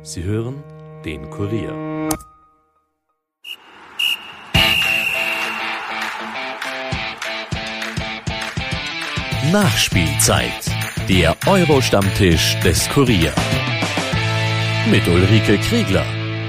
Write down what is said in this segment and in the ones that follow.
Sie hören den Kurier. Nachspielzeit. Der Euro-Stammtisch des Kurier. Mit Ulrike Kriegler.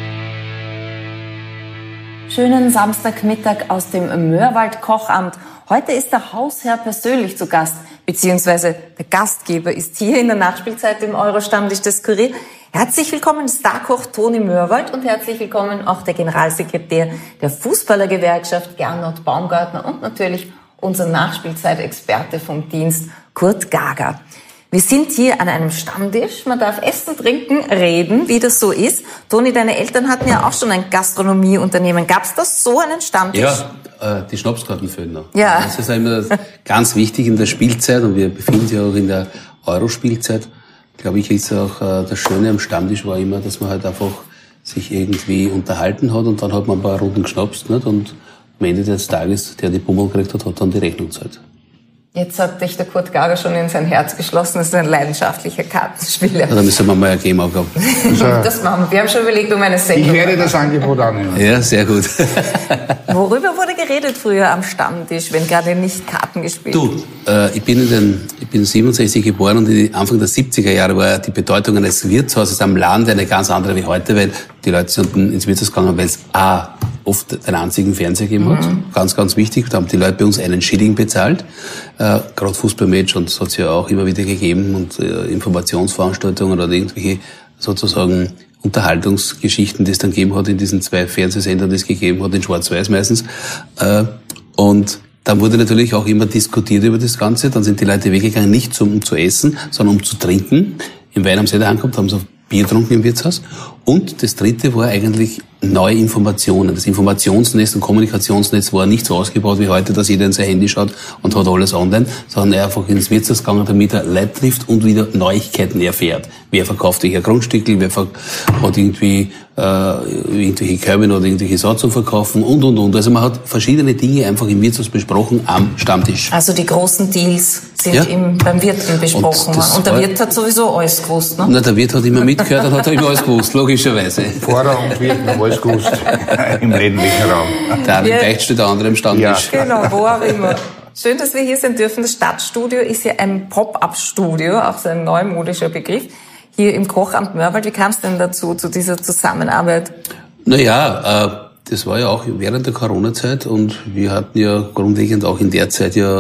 Schönen Samstagmittag aus dem Mörwald-Kochamt. Heute ist der Hausherr persönlich zu Gast, beziehungsweise der Gastgeber ist hier in der Nachspielzeit im Euro-Stammtisch des Kurier. Herzlich willkommen Starkoch Toni Mörwald und herzlich willkommen auch der Generalsekretär der Fußballergewerkschaft Gernot Baumgartner und natürlich unser Nachspielzeitexperte vom Dienst Kurt Gager. Wir sind hier an einem Stammtisch. Man darf essen, trinken, reden, wie das so ist. Toni, deine Eltern hatten ja auch schon ein Gastronomieunternehmen. Gab es das so einen Stammtisch? Ja, die Schnapskartenfüllner. Ja. Das ist immer ganz wichtig in der Spielzeit und wir befinden uns ja auch in der Euro-Spielzeit. Glaube ich, ist auch das Schöne am Stammtisch war immer, dass man halt einfach sich irgendwie unterhalten hat und dann hat man ein paar Runden geschnapst, nicht? Und am Ende des Tages, der die Pummel gekriegt hat, hat dann die Rechnung gezahlt. Jetzt hat dich der Kurt Gager schon in sein Herz geschlossen. Das ist ein leidenschaftlicher Kartenspieler. Ja, da müssen wir mal ein Game aufgaben. Das machen wir. Wir haben schon überlegt um eine Sendung. Ich werde das Angebot annehmen. Ja, sehr gut. Worüber wurde geredet früher am Stammtisch, wenn gerade nicht Karten gespielt wurden? Ich bin 67 geboren und Anfang der 70er Jahre war die Bedeutung eines Wirtshauses am Land eine ganz andere wie heute, weil die Leute sind ins Wirtshaus gegangen, weil es oft den einzigen Fernseher gegeben hat. Ganz, ganz wichtig. Da haben die Leute bei uns einen Schilling bezahlt. Gerade Fußballmatch, und das hat es ja auch immer wieder gegeben, und Informationsveranstaltungen oder irgendwelche sozusagen Unterhaltungsgeschichten, die es dann gegeben hat in diesen zwei Fernsehsendern, die es gegeben hat, in Schwarz-Weiß meistens. Und dann wurde natürlich auch immer diskutiert über das Ganze. Dann sind die Leute weggegangen, nicht um zu essen, sondern um zu trinken. Im Wein haben sie da angekommen, haben sie Bier getrunken im Wirtshaus. Und das dritte war eigentlich neue Informationen. Das Informationsnetz und Kommunikationsnetz war nicht so ausgebaut wie heute, dass jeder in sein Handy schaut und hat alles online, sondern er einfach ins Wirtshaus gegangen, damit er Leute trifft und wieder Neuigkeiten erfährt. Wer verkauft welche Grundstücke, wer hat irgendwie irgendwelche Körbe oder irgendwelche Sachen zu verkaufen und. Also man hat verschiedene Dinge einfach im Wirtshaus besprochen am Stammtisch. Also die großen Deals sind beim Wirten besprochen worden. Und der Wirt hat sowieso alles gewusst, ne? Na, der Wirt hat immer mitgehört und hat immer alles gewusst, logischerweise. Fahrer und Wirt haben alles gewusst im ländlichen Raum. Der eine im Beichtstuhl, der andere im Stammtisch. Ja. Genau, wo auch immer. Schön, dass wir hier sein dürfen. Das Stadtstudio ist ja ein Pop-up-Studio, auch so ein neumodischer Begriff, hier im Kochamt Mörwald. Wie kam es denn dazu, zu dieser Zusammenarbeit? Naja, das war ja auch während der Corona-Zeit und wir hatten ja grundlegend auch in der Zeit ja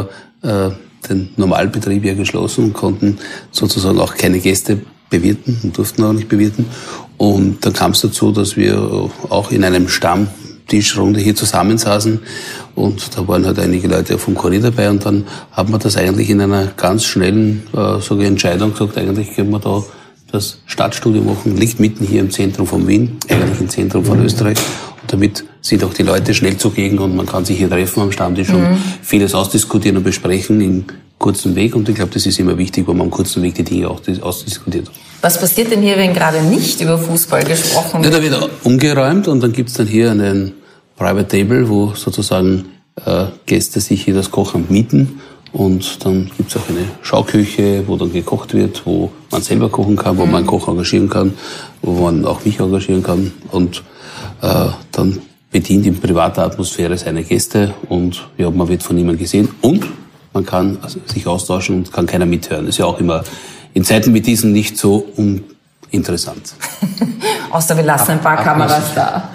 den Normalbetrieb ja geschlossen und konnten sozusagen auch keine Gäste bewirten und durften auch nicht bewirten. Und dann kam es dazu, dass wir auch in einem Stammtischrunde hier zusammensaßen und da waren halt einige Leute vom Kurier dabei und dann haben wir das eigentlich in einer ganz schnellen Entscheidung gesagt, eigentlich können wir da das Stadtstudio machen, liegt mitten hier im Zentrum von Wien, eigentlich im Zentrum von Österreich. Und damit sind auch die Leute schnell zugegen und man kann sich hier treffen am Stammtisch und vieles ausdiskutieren und besprechen in kurzem Weg. Und ich glaube, das ist immer wichtig, wenn man am kurzen Weg die Dinge auch ausdiskutiert. Was passiert denn hier, wenn gerade nicht über Fußball gesprochen wird? Ja, da wird umgeräumt und dann gibt's dann hier einen Private Table, wo sozusagen Gäste sich hier das Kochamt mieten. Und dann gibt's auch eine Schauküche, wo dann gekocht wird, wo man selber kochen kann, wo man einen Koch engagieren kann, wo man auch mich engagieren kann. Und dann bedient in privater Atmosphäre seine Gäste und ja, man wird von niemandem gesehen. Und man kann sich austauschen und kann keiner mithören. Ist ja auch immer in Zeiten wie diesen nicht so uninteressant. Außer wir lassen ein paar Kameras da.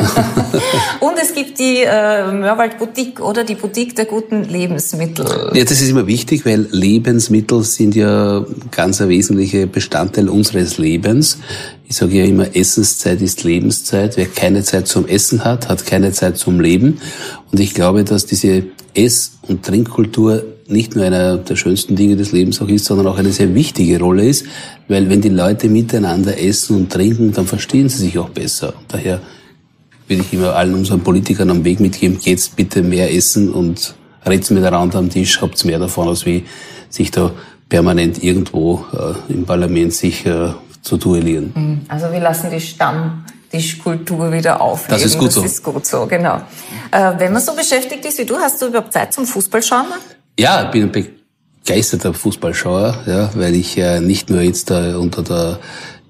Und es gibt die Mörwald Boutique oder die Boutique der guten Lebensmittel. Ja, das ist immer wichtig, weil Lebensmittel sind ja ganz ein wesentlicher Bestandteil unseres Lebens. Ich sage ja immer, Essenszeit ist Lebenszeit. Wer keine Zeit zum Essen hat, hat keine Zeit zum Leben. Und ich glaube, dass diese Ess- und Trinkkultur nicht nur einer der schönsten Dinge des Lebens auch ist, sondern auch eine sehr wichtige Rolle ist, weil wenn die Leute miteinander essen und trinken, dann verstehen sie sich auch besser. Daher würde ich immer allen unseren Politikern am Weg mitgeben, geht's bitte mehr essen und red's miteinander am Tisch, habt's mehr davon, als wie sich da permanent irgendwo im Parlament sich zu duellieren. Also wir lassen die Stammtischkultur wieder aufleben. Das ist gut so. Das ist gut so, genau. Wenn man so beschäftigt ist wie du, hast du überhaupt Zeit zum Fußballschauen? Ja, ich bin begeisterter Fußballschauer, ja, weil ich nicht nur jetzt unter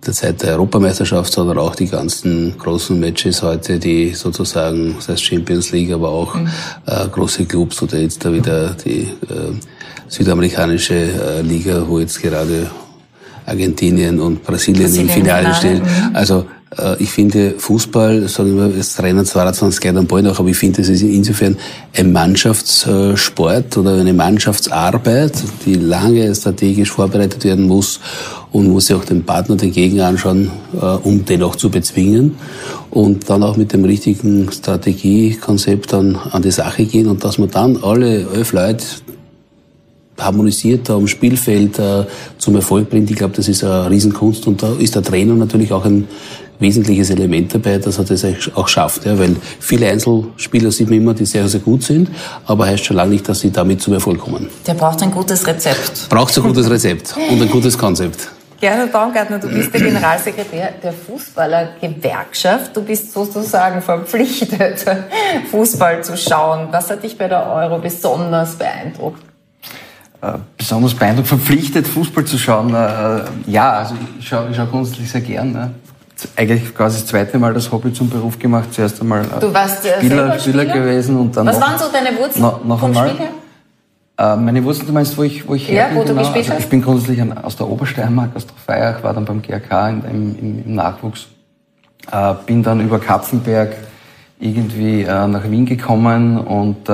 der Zeit der Europameisterschaft, sondern auch die ganzen großen Matches heute, die sozusagen, das heißt Champions League, aber auch große Clubs oder jetzt da wieder die südamerikanische Liga, wo jetzt gerade Argentinien und Brasilien im Finale stehen. Also ich finde Fußball, sagen wir, es rennen 22 Leute am Ball nach, aber ich finde, es ist insofern ein Mannschaftssport oder eine Mannschaftsarbeit, die lange strategisch vorbereitet werden muss und muss sich auch den Partner, den Gegner anschauen, um den auch zu bezwingen und dann auch mit dem richtigen Strategiekonzept dann an die Sache gehen und dass man dann alle 11 Leute harmonisiert am Spielfeld zum Erfolg bringt. Ich glaube, das ist eine Riesenkunst und da ist der Trainer natürlich auch ein wesentliches Element dabei, dass er das auch schafft. Ja, weil viele Einzelspieler sieht man immer, die sehr, sehr gut sind, aber heißt schon lange nicht, dass sie damit zum Erfolg kommen. Der braucht ein gutes Rezept. Braucht ein gutes Rezept und ein gutes Konzept. Gernot Baumgartner, du bist der Generalsekretär der Fußballergewerkschaft. Du bist sozusagen verpflichtet, Fußball zu schauen. Was hat dich bei der Euro besonders beeindruckt? Besonders beeindruckt, verpflichtet, Fußball zu schauen. Ja, also ich schaue grundsätzlich sehr gern. Ne? Eigentlich quasi das zweite Mal das Hobby zum Beruf gemacht. Zuerst einmal du warst Spieler gewesen und dann. Was waren so deine Wurzeln noch vom einmal? Spiel her? Meine Wurzeln, du meinst, wo ich ja, herkomme? wo du gespielt hast? Ich bin grundsätzlich aus der Obersteiermark, aus Trofeiach, war dann beim GRK im Nachwuchs. Bin dann über Kapfenberg irgendwie nach Wien gekommen und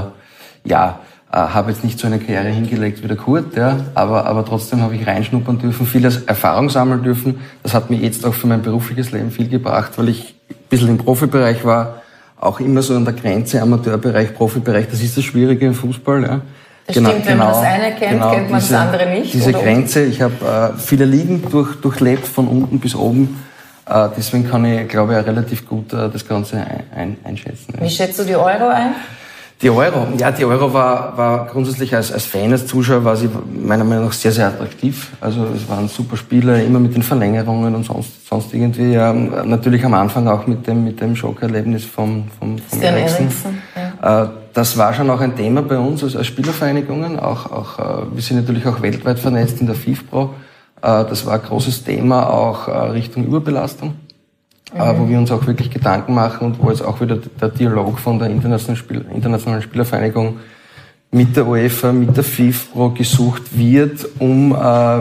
habe jetzt nicht so eine Karriere hingelegt wie der Kurt, ja, aber trotzdem habe ich reinschnuppern dürfen, viel Erfahrung sammeln dürfen. Das hat mir jetzt auch für mein berufliches Leben viel gebracht, weil ich ein bisschen im Profibereich war, auch immer so an der Grenze, Amateurbereich, Profibereich. Das ist das Schwierige im Fußball, ja. Das stimmt, wenn man das eine kennt, kennt man das andere nicht. Diese Grenze, ich habe viele Ligen durchlebt, von unten bis oben. Deswegen kann ich, glaube ich, auch relativ gut das Ganze einschätzen. Wie schätzt du die Euro ein? Die Euro war grundsätzlich als Fan, als Zuschauer war sie meiner Meinung nach sehr, sehr attraktiv. Also es waren super Spiele, immer mit den Verlängerungen und sonst irgendwie. Ja, natürlich am Anfang auch mit dem Schockerlebnis vom Eriksen. Ja. Das war schon auch ein Thema bei uns als Spielervereinigungen. Wir sind natürlich auch weltweit vernetzt in der FIFPro. Das war ein großes Thema auch Richtung Überbelastung. Wo wir uns auch wirklich Gedanken machen und wo jetzt auch wieder der Dialog von der internationalen Spielervereinigung mit der UEFA, mit der FIFPro gesucht wird, um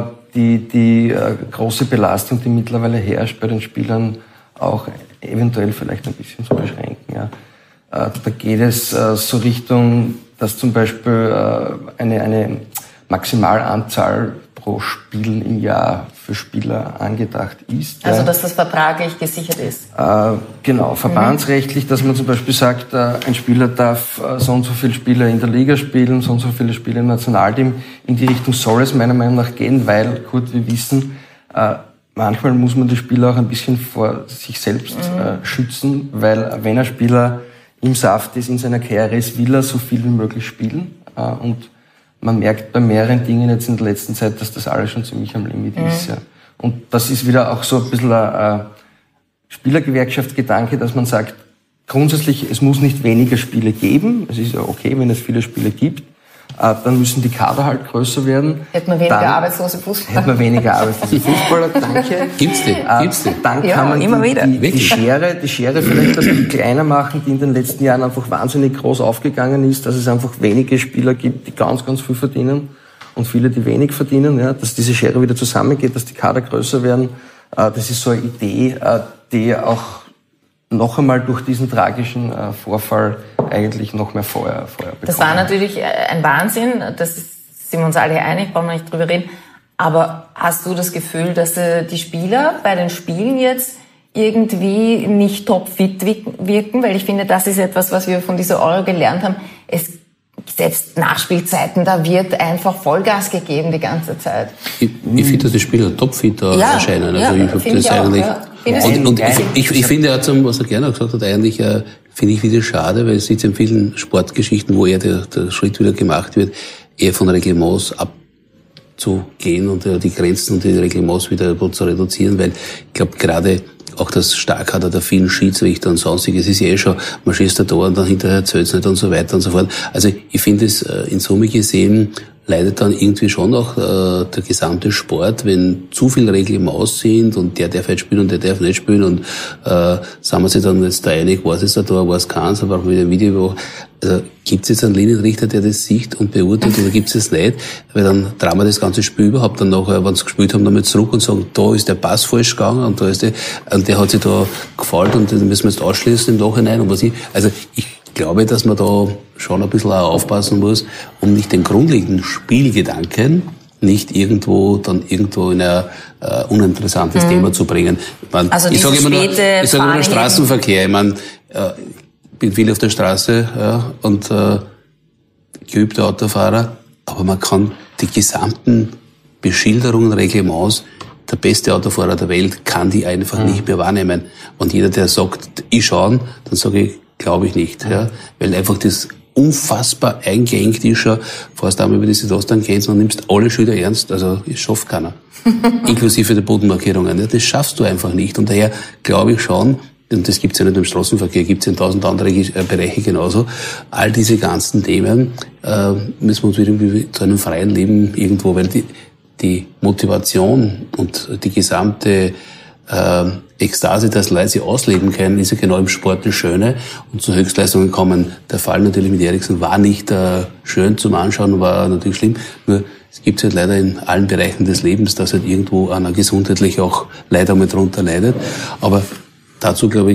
die große Belastung, die mittlerweile herrscht bei den Spielern, auch eventuell vielleicht ein bisschen zu beschränken. Ja. Da geht es so Richtung, dass zum Beispiel eine Maximalanzahl pro Spiel im Jahr für Spieler angedacht ist. Also, dass das vertraglich gesichert ist? Genau, verbandsrechtlich, dass man zum Beispiel sagt, ein Spieler darf so und so viele Spiele in der Liga spielen, so und so viele Spiele im Nationalteam. In die Richtung soll es meiner Meinung nach gehen, weil, Kurt, wir wissen, manchmal muss man die Spieler auch ein bisschen vor sich selbst schützen, weil wenn ein Spieler im Saft ist, in seiner Karriere ist, will er so viel wie möglich spielen. Und man merkt bei mehreren Dingen jetzt in der letzten Zeit, dass das alles schon ziemlich am Limit ist. Ja. Und das ist wieder auch so ein bisschen ein Spielergewerkschaftsgedanke, dass man sagt, grundsätzlich, es muss nicht weniger Spiele geben. Es ist ja okay, wenn es viele Spiele gibt. Dann müssen die Kader halt größer werden. Hätte man weniger arbeitslose Fußballer. Hätte man weniger arbeitslose Fußballer, danke. Gibt's die? Dann ja, kann man die Schere vielleicht ein bisschen kleiner machen, die in den letzten Jahren einfach wahnsinnig groß aufgegangen ist, dass es einfach wenige Spieler gibt, die ganz, ganz viel verdienen und viele, die wenig verdienen, ja, dass diese Schere wieder zusammengeht, dass die Kader größer werden. Das ist so eine Idee, die auch noch einmal durch diesen tragischen Vorfall eigentlich noch mehr Feuer bekommen. Das war natürlich ein Wahnsinn, das sind wir uns alle einig, brauchen wir nicht drüber reden. Aber hast du das Gefühl, dass die Spieler bei den Spielen jetzt irgendwie nicht topfit wirken? Weil ich finde, das ist etwas, was wir von dieser Euro gelernt haben. Selbst Nachspielzeiten, da wird einfach Vollgas gegeben die ganze Zeit. Ich finde, dass die Spieler topfit erscheinen. Also ich habe das eigentlich. Und ich finde auch, was er gerne gesagt hat, eigentlich finde ich wieder schade, weil es sieht in vielen Sportgeschichten, wo eher der Schritt wieder gemacht wird, eher von Reglements abzugehen und die Grenzen und die Reglements wieder zu reduzieren, weil ich glaube gerade auch das Starkkader der vielen Schiedsrichter und sonstiges ist ja schon, man schießt da und dann hinterher zählt's nicht und so weiter und so fort. Also ich finde es in Summe gesehen leidet dann irgendwie schon auch der gesamte Sport, wenn zu viele Regeln im Aus sind und der darf jetzt spielen und der darf nicht spielen und sind wir sich dann jetzt da einig, was ist da, was kann es, aber auch wieder ein Video. Also gibt es jetzt einen Linienrichter, der das sieht und beurteilt oder gibt es das nicht? Weil dann drehen wir das ganze Spiel überhaupt dann nachher, wenn sie gespielt haben, nochmal zurück und sagen, da ist der Pass falsch gegangen und da ist der hat sich da gefallen und den müssen wir jetzt ausschließen im Nachhinein und was ich. Also ich glaube, dass man da schon ein bisschen auch aufpassen muss, um nicht den grundlegenden Spielgedanken nicht irgendwo in ein uninteressantes Thema zu bringen. Also ich sage immer nur Straßenverkehr. Ich meine, bin viel auf der Straße und geübter Autofahrer, aber man kann die gesamten Beschilderungen, Reglements, der beste Autofahrer der Welt kann die einfach nicht mehr wahrnehmen. Und jeder, der sagt, ich schaue, dann sage ich, glaube ich nicht. Ja? Weil einfach das unfassbar eingeengt ist schon, fährst einmal über die Südosttangrenze und nimmst alle Schilder ernst, also es schafft keiner. Inklusive der Bodenmarkierungen. Ja? Das schaffst du einfach nicht. Und daher glaube ich schon, und das gibt's ja nicht im Straßenverkehr, gibt's in 1000 andere Bereiche genauso. All diese ganzen Themen müssen wir uns irgendwie zu einem freien Leben irgendwo, weil die Motivation und die gesamte Ekstase, dass Leute sie ausleben können, ist ja genau im Sport das Schöne. Und zu Höchstleistungen kommen. Der Fall natürlich mit Eriksen war nicht schön zum Anschauen, war natürlich schlimm. Nur es gibt halt leider in allen Bereichen des Lebens, dass halt irgendwo einer gesundheitlich auch leider mal drunter leidet. Aber dazu, glaube ich,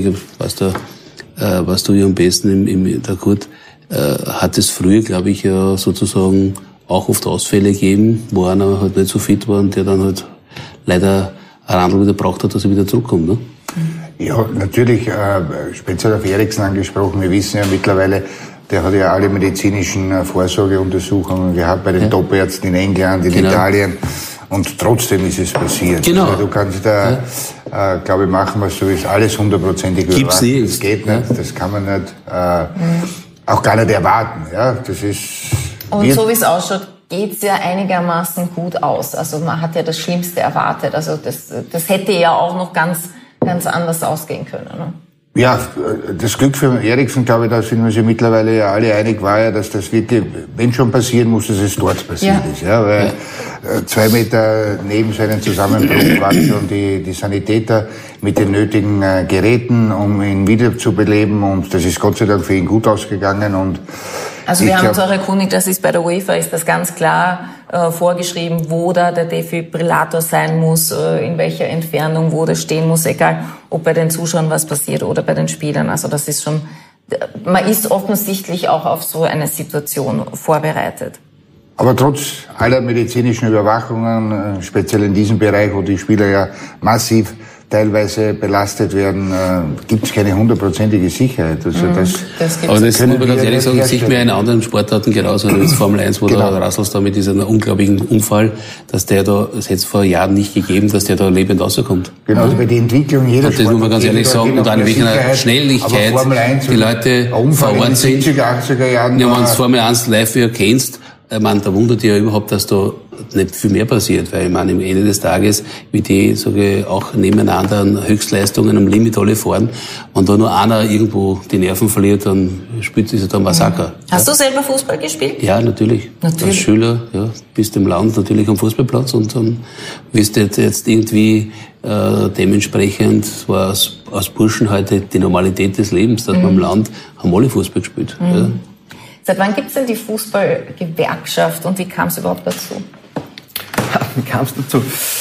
was du ja am besten der Kurt, hat es früher, glaube ich, ja sozusagen auch oft Ausfälle gegeben, wo einer halt nicht so fit war und der dann halt leider ein Randl wieder braucht hat, dass er wieder zurückkommt, ne? Ja, natürlich, speziell auf Eriksen angesprochen. Wir wissen ja mittlerweile, der hat ja alle medizinischen Vorsorgeuntersuchungen gehabt bei den Top-Ärzten in England, in Italien. Und trotzdem ist es passiert. Genau. Also du kannst da, glaube ich, machen, was du willst, alles hundertprozentig überwachen. Das geht nicht, das kann man nicht, auch gar nicht erwarten. Ja, das ist. Und so wie es ausschaut, geht's ja einigermaßen gut aus. Also man hat ja das Schlimmste erwartet. Also das hätte ja auch noch ganz anders ausgehen können. Ne? Ja, das Glück für Eriksen, glaube ich, da sind wir uns ja mittlerweile ja alle einig, war ja, dass das wirklich, wenn schon passieren muss, dass es dort passiert ist. Ja, weil 2 Meter neben seinen Zusammenbruch waren schon die Sanitäter mit den nötigen Geräten, um ihn wiederzubeleben. Und das ist Gott sei Dank für ihn gut ausgegangen. Und also wir haben uns auch erkundigt, das ist bei der UEFA ist das ganz klar vorgeschrieben, wo da der Defibrillator sein muss, in welcher Entfernung, wo das stehen muss, egal ob bei den Zuschauern was passiert oder bei den Spielern. Also das ist schon, man ist offensichtlich auch auf so eine Situation vorbereitet. Aber trotz aller medizinischen Überwachungen, speziell in diesem Bereich, wo die Spieler ja massiv teilweise belastet werden, gibt es keine hundertprozentige Sicherheit. Also aber das muss man ganz ehrlich sagen, sieht mir in anderen Sportarten genauso, wie Formel 1, wo der Russell da mit diesem unglaublichen Unfall, dass der da, es hätte es vor Jahren nicht gegeben, dass der da lebend rauskommt. Genau, also bei der Entwicklung jeder Sport. Das muss man ganz ehrlich sagen, und an welcher Schnelligkeit die Leute vor Ort sind. Ja, wenn du Formel 1 live wieder kennst, ich meine, da wundert dich ja überhaupt, dass da nicht viel mehr passiert, weil ich meine, am Ende des Tages, wie die, sage ich, auch nebeneinander an Höchstleistungen am Limit alle fahren, und da nur einer irgendwo die Nerven verliert, dann spielt sich da ein Massaker. Hast du selber Fußball gespielt? Ja, natürlich. Als Schüler, ja, bist im Land natürlich am Fußballplatz und dann wirst du jetzt irgendwie dementsprechend war aus Burschen heute die Normalität des Lebens, dass man im Land haben alle Fußball gespielt. Ja. Seit wann gibt es denn die Fußballgewerkschaft und wie kam es überhaupt dazu? Wie kam es dazu?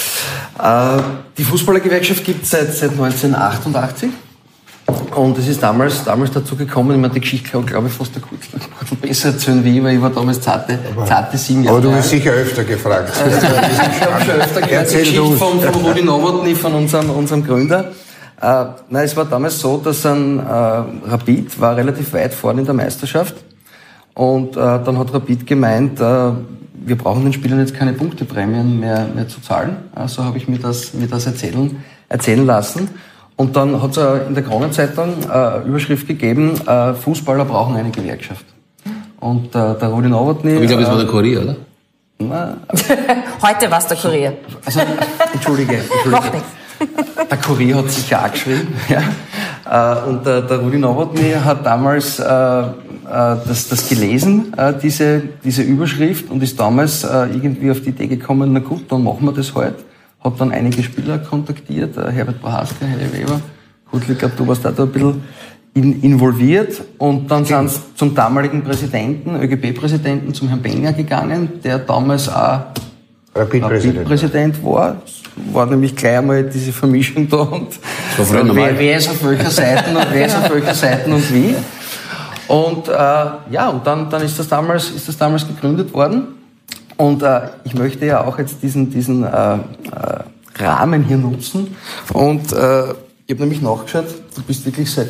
Die Fußballergewerkschaft gibt es seit 1988 und es ist damals dazu gekommen, ich meine, die Geschichte glaube ich fast ein bisschen besser erzählen wie ich, weil ich war damals zarte 7 Jahre alt. Aber du bist sicher öfter gefragt. Ich habe schon öfter gehört, die Geschichte von Rudi Nowotny, von unserem Gründer. Es war damals so, dass ein Rapid war relativ weit vorne in der Meisterschaft. Und dann hat Rapid gemeint, wir brauchen den Spielern jetzt keine Punkteprämien mehr zu zahlen. So habe ich mir das erzählen lassen. Und dann hat es in der Kronenzeitung Überschrift gegeben, Fußballer brauchen eine Gewerkschaft. Und der Rudi Nowotny... Aber ich glaube, es war der Kurier, oder? Heute war es der Kurier. Also, Entschuldige. Noch nichts. Der Kurier hat sicher auch geschrieben. Ja. Und der Rudi Nowotny hat damals das gelesen, diese Überschrift, und ist damals irgendwie auf die Idee gekommen, na gut, dann machen wir das halt. Hat dann einige Spieler kontaktiert, Herbert Prohaska, Helle Weber. Gut, ich glaube, du warst da ein bisschen involviert, und dann sind sie zum damaligen Präsidenten, ÖGB-Präsidenten, zum Herrn Benger gegangen, der damals auch Rapid-Präsident war. War nämlich gleich einmal diese Vermischung da, und wer ist auf welcher Seite und wer ist auf welcher Seite und wie. Und und dann ist das damals gegründet worden. Und ich möchte ja auch jetzt diesen Rahmen hier nutzen. Und ich habe nämlich nachgeschaut, du bist wirklich seit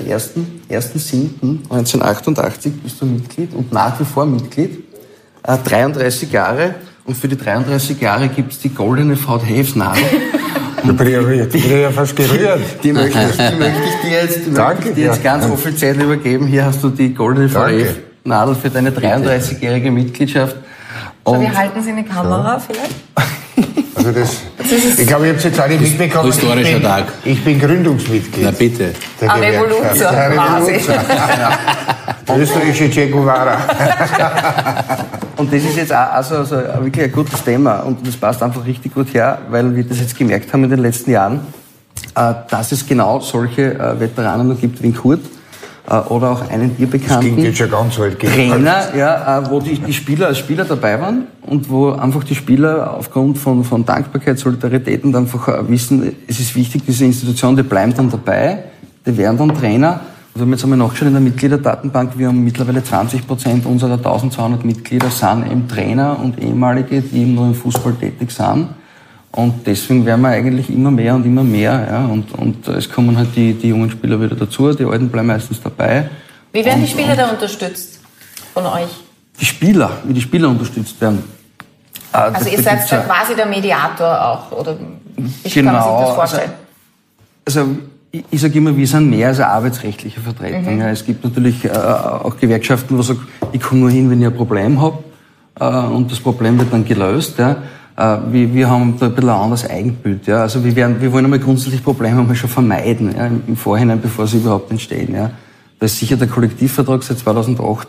1.7.1988 bist du Mitglied und nach wie vor Mitglied. 33 Jahre. Und für die 33 Jahre gibt's die goldene VHF-Nadel. Ich bin ja fast gerührt. Die möchte ich dir jetzt ganz offiziell übergeben. Hier hast du die goldene VHF-Nadel für deine 33-jährige Mitgliedschaft. So, wir halten Sie eine Kamera vielleicht? Also ich glaube, ich habe es jetzt alle mitbekommen. Historischer Tag. Ich bin Gründungsmitglied. Na bitte. Revoluzer quasi. Der österreichische Che Guevara. Und das ist jetzt auch also wirklich ein gutes Thema, und das passt einfach richtig gut her, weil wir das jetzt gemerkt haben in den letzten Jahren, dass es genau solche Veteranen noch gibt wie Kurt oder auch einen dir bekannten das klingt jetzt schon ganz alt, Trainer, wo die Spieler als Spieler dabei waren und wo einfach die Spieler aufgrund von Dankbarkeit, Solidarität und einfach wissen, es ist wichtig, diese Institution, die bleiben dann dabei, die werden dann Trainer. Wir haben jetzt einmal nachgeschaut in der Mitgliederdatenbank, wir haben mittlerweile 20% unserer 1200 Mitglieder sind eben Trainer und ehemalige, die eben nur im Fußball tätig sind. Und deswegen werden wir eigentlich immer mehr und immer mehr. Ja. Und es kommen halt die jungen Spieler wieder dazu, die Alten bleiben meistens dabei. Wie werden die Spieler da unterstützt von euch? Wie die Spieler unterstützt werden. Also ihr seid da quasi der Mediator auch, oder wie kann man sich das vorstellen? Also ich sage immer, wir sind mehr als eine arbeitsrechtliche Vertretung. Ja, es gibt natürlich auch Gewerkschaften, wo sagen, ich komme nur hin, wenn ich ein Problem habe, und das Problem wird dann gelöst. Ja. Wir haben da ein bisschen ein anderes Eigenbild. Ja. Also wir wollen einmal grundsätzlich Probleme mal schon vermeiden, ja, im Vorhinein, bevor sie überhaupt entstehen. Ja. Da ist sicher der Kollektivvertrag seit 2008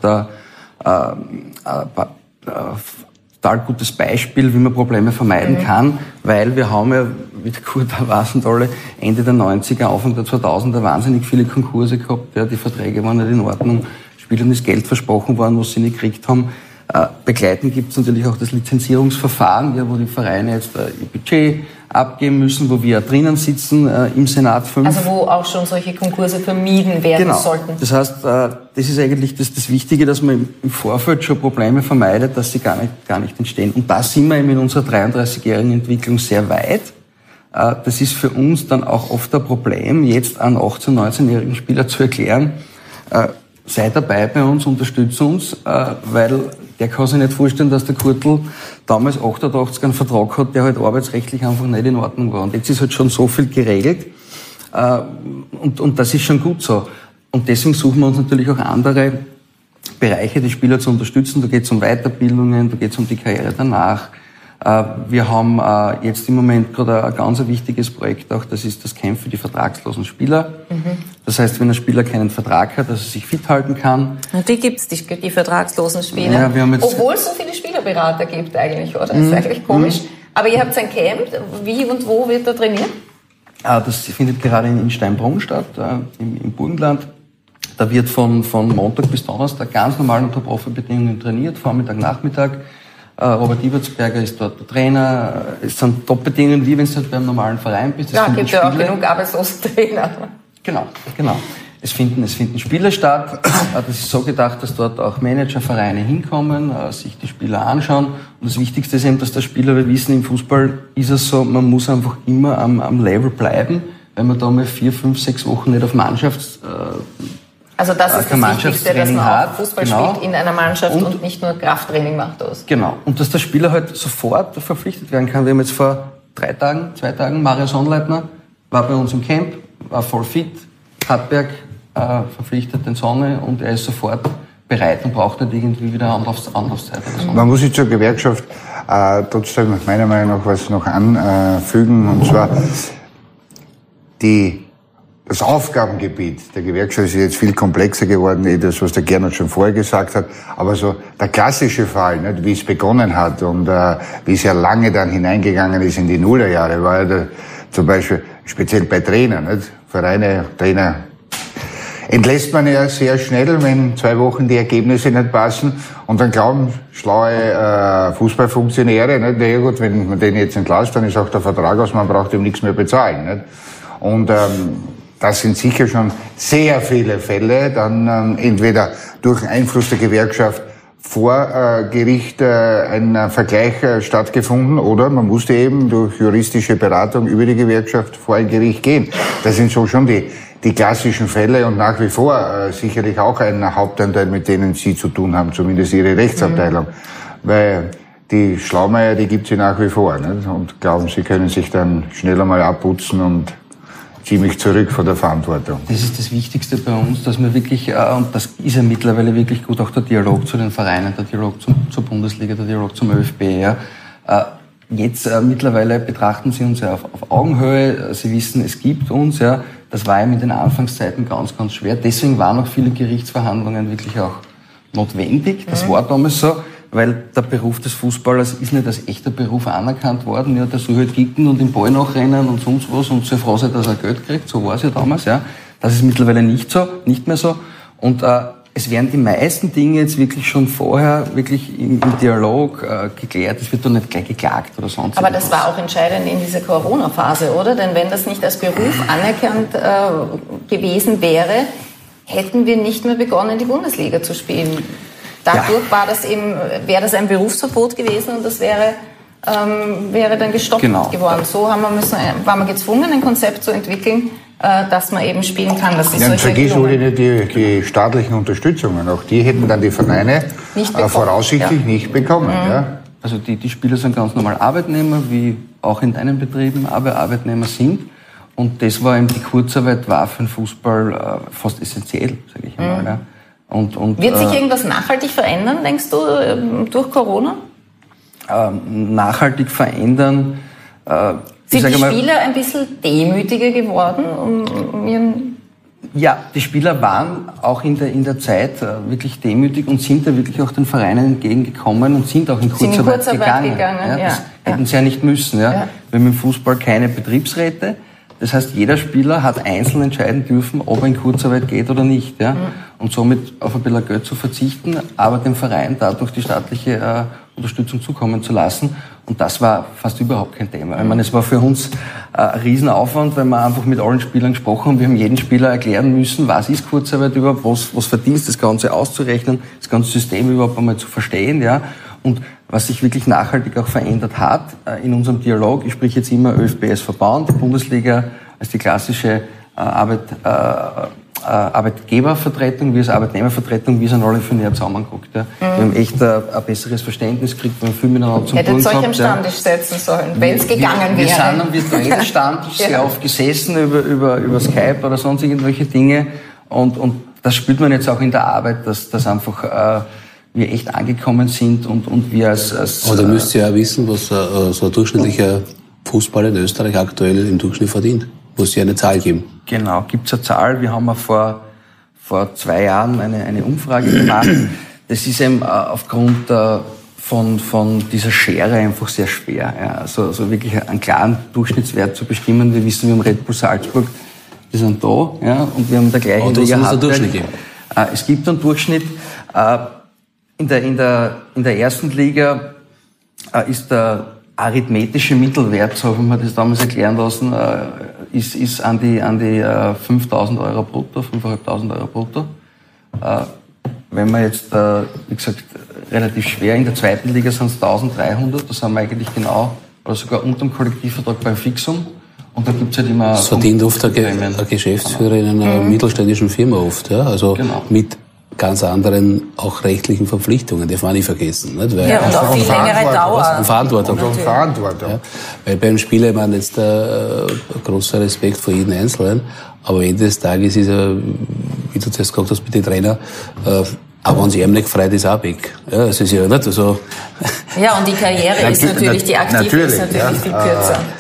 total gutes Beispiel, wie man Probleme vermeiden kann, weil wir haben ja, wie der Kurt weiß und alle, Ende der 90er, Anfang der 2000er wahnsinnig viele Konkurse gehabt. Ja, die Verträge waren nicht in Ordnung, Spielern ist Geld versprochen worden, was sie nicht gekriegt haben. Begleitend gibt es natürlich auch das Lizenzierungsverfahren, ja, wo die Vereine jetzt ihr Budget abgeben müssen, wo wir drinnen sitzen im Senat 5. Also wo auch schon solche Konkurse vermieden werden sollten. Das heißt, das ist eigentlich das Wichtige, dass man im Vorfeld schon Probleme vermeidet, dass sie gar nicht entstehen. Und da sind wir eben in unserer 33-jährigen Entwicklung sehr weit. Das ist für uns dann auch oft ein Problem, jetzt an 18-, 19-jährigen Spieler zu erklären, sei dabei bei uns, unterstützt uns, weil der kann sich nicht vorstellen, dass der Kurtl damals 88 einen Vertrag hat, der halt arbeitsrechtlich einfach nicht in Ordnung war. Und jetzt ist halt schon so viel geregelt, und das ist schon gut so. Und deswegen suchen wir uns natürlich auch andere Bereiche, die Spieler zu unterstützen. Da geht es um Weiterbildungen, da geht es um die Karriere danach. Wir haben jetzt im Moment gerade ein ganz wichtiges Projekt auch, das ist das Camp für die vertragslosen Spieler. Das heißt, wenn ein Spieler keinen Vertrag hat, dass er sich fit halten kann. Und die gibt's, die vertragslosen Spieler. Ja, wir haben jetzt obwohl es so viele Spielerberater gibt eigentlich, oder? Das ist eigentlich komisch. Aber ihr habt ein Camp. Wie und wo wird da trainiert? Das findet gerade in Steinbrunn statt, im Burgenland. Da wird von Montag bis Donnerstag ganz normal unter Profibedingungen trainiert, Vormittag, Nachmittag. Robert Ibertsberger ist dort der Trainer. Es sind Top-Bedingungen, wie wenn du halt beim normalen Verein bist. Ja, gibt ja auch genug arbeitslose Trainer. Genau. Es finden Spiele statt. Das ist so gedacht, dass dort auch Managervereine hinkommen, sich die Spieler anschauen. Und das Wichtigste ist eben, dass der Spieler, wir wissen, im Fußball ist es so, man muss einfach immer am Level bleiben, wenn man da mal 4, 5, 6 Wochen nicht auf also das ist das Wichtigste, dass man auch Fußball spielt in einer Mannschaft und nicht nur Krafttraining macht aus. Genau. Und dass der Spieler halt sofort verpflichtet werden kann. Wir haben jetzt vor 2 Tagen, Mario Sonnleitner war bei uns im Camp, war voll fit, Hartberg verpflichtet den Sonne, und er ist sofort bereit und braucht nicht irgendwie wieder Anlaufzeit. Man muss sich zur Gewerkschaft trotzdem meiner Meinung nach was noch anfügen, und zwar die das Aufgabengebiet der Gewerkschaft ist jetzt viel komplexer geworden, das, was der Gernot schon vorher gesagt hat. Aber so der klassische Fall, nicht, wie es begonnen hat und wie es ja lange dann hineingegangen ist in die Nullerjahre, war ja zum Beispiel speziell bei Trainern, nicht? Vereine, Trainer entlässt man ja sehr schnell, wenn 2 Wochen die Ergebnisse nicht passen. Und dann glauben schlaue Fußballfunktionäre, nicht? Ja gut, wenn man den jetzt entlässt, dann ist auch der Vertrag aus, man braucht ihm nichts mehr bezahlen. Nicht? Und das sind sicher schon sehr viele Fälle, dann entweder durch Einfluss der Gewerkschaft vor Gericht ein Vergleich stattgefunden oder man musste eben durch juristische Beratung über die Gewerkschaft vor ein Gericht gehen. Das sind so schon die klassischen Fälle und nach wie vor sicherlich auch ein Hauptanteil, mit denen Sie zu tun haben, zumindest Ihre Rechtsabteilung. Weil die Schlaumeier, die gibt sie nach wie vor, nicht? Und glauben, sie können sich dann schneller mal abputzen und ziemlich zurück von der Verantwortung. Das ist das Wichtigste bei uns, dass wir wirklich, und das ist ja mittlerweile wirklich gut, auch der Dialog zu den Vereinen, der Dialog zur Bundesliga, der Dialog zum ÖFB. Ja. Jetzt mittlerweile betrachten sie uns ja auf Augenhöhe, sie wissen, es gibt uns. Ja. Das war eben in den Anfangszeiten ganz, ganz schwer. Deswegen waren auch viele Gerichtsverhandlungen wirklich auch notwendig. Das war damals so. Weil der Beruf des Fußballers ist nicht als echter Beruf anerkannt worden. Ja, der soll halt kicken und den Ball nachrennen und sonst was und soll froh sein, dass er Geld kriegt. So war es ja damals, ja. Das ist mittlerweile nicht mehr so. Und es werden die meisten Dinge jetzt wirklich schon vorher wirklich im Dialog geklärt. Es wird doch nicht gleich geklagt oder sonst Aber das war auch entscheidend in dieser Corona-Phase, oder? Denn wenn das nicht als Beruf anerkannt gewesen wäre, hätten wir nicht mehr begonnen, die Bundesliga zu spielen. Dadurch wäre das ein Berufsverbot gewesen und das wäre dann gestoppt geworden. So waren wir gezwungen, ein Konzept zu entwickeln, dass man eben spielen kann. Das ist vergiss nicht die staatlichen Unterstützungen. Auch die hätten dann die Vereine voraussichtlich nicht bekommen. Ja. Also die Spieler sind ganz normal Arbeitnehmer, wie auch in deinen Betrieben Arbeitnehmer sind. Und das war eben, die Kurzarbeit war für den Fußball fast essentiell, sage ich mal. Ja. Wird sich irgendwas nachhaltig verändern, denkst du, durch Corona? Nachhaltig verändern. Sind die Spieler ein bisschen demütiger geworden? Ja, die Spieler waren auch in der Zeit wirklich demütig und sind da wirklich auch den Vereinen entgegengekommen und sind auch in Kurzarbeit gegangen. Ja, das hätten sie ja nicht müssen. Ja. Wir haben im Fußball keine Betriebsräte. Das heißt, jeder Spieler hat einzeln entscheiden dürfen, ob er in Kurzarbeit geht oder nicht. Ja? Und somit auf ein bisschen Geld zu verzichten, aber dem Verein dadurch die staatliche Unterstützung zukommen zu lassen. Und das war fast überhaupt kein Thema. Ich meine, es war für uns ein Riesenaufwand, weil wir einfach mit allen Spielern gesprochen haben. Wir haben jedem Spieler erklären müssen, was ist Kurzarbeit überhaupt, was verdient, das Ganze auszurechnen, das ganze System überhaupt einmal zu verstehen. Ja? Und was sich wirklich nachhaltig auch verändert hat in unserem Dialog, ich spreche jetzt immer ÖFB als Verband, Bundesliga als die klassische Arbeitgebervertretung, wir als Arbeitnehmervertretung, wir sind alle für näher zusammengeguckt. Ja. Wir haben echt ein besseres Verständnis gekriegt, wir haben viel miteinander zum Tun gehabt. Hättet ihr euch am Stammtisch setzen sollen, wenn es gegangen wäre. Wir sind am virtuellen Stammtisch sehr oft gesessen über Skype oder sonst irgendwelche Dinge und das spürt man jetzt auch in der Arbeit, dass einfach wir echt angekommen sind und wir als Aber da müsst ihr ja wissen, was so ein durchschnittlicher Fußballer in Österreich aktuell im Durchschnitt verdient. Muss ja eine Zahl geben. Genau, gibt's eine Zahl. Wir haben vor 2 Jahren eine Umfrage gemacht. Das ist eben aufgrund von dieser Schere einfach sehr schwer. Ja. Also wirklich einen klaren Durchschnittswert zu bestimmen. Wir wissen, wir haben Red Bull Salzburg, die sind da, ja, und wir haben der gleiche Durchschnitt geben. Es gibt einen Durchschnitt. In der ersten Liga ist der arithmetische Mittelwert, so habe ich mir das damals erklären lassen, ist an die 5.000 Euro brutto, 5.500 Euro brutto. Wenn man jetzt, wie gesagt, relativ schwer, in der zweiten Liga sind es 1.300, da sind wir eigentlich genau, oder sogar unter dem Kollektivvertrag beim Fixum. Und da gibt's halt immer... Das verdient oft ein Geschäftsführer in einer mittelständischen Firma oft, ja, also mit ganz anderen, auch rechtlichen Verpflichtungen, darf man nicht vergessen. Nicht? Weil und auch viel längere Dauer. Und Verantwortung. Ja. Weil beim Spieler, ich meine, jetzt großer Respekt vor jedem Einzelnen, aber Ende des Tages ist er, wie du zuerst gesagt hast, mit den Trainer, auch wenn es ihm nicht freut, ist auch weg. Ja, es ist ja nicht so. Ja, und die Karriere ist natürlich, die aktive ist natürlich viel kürzer.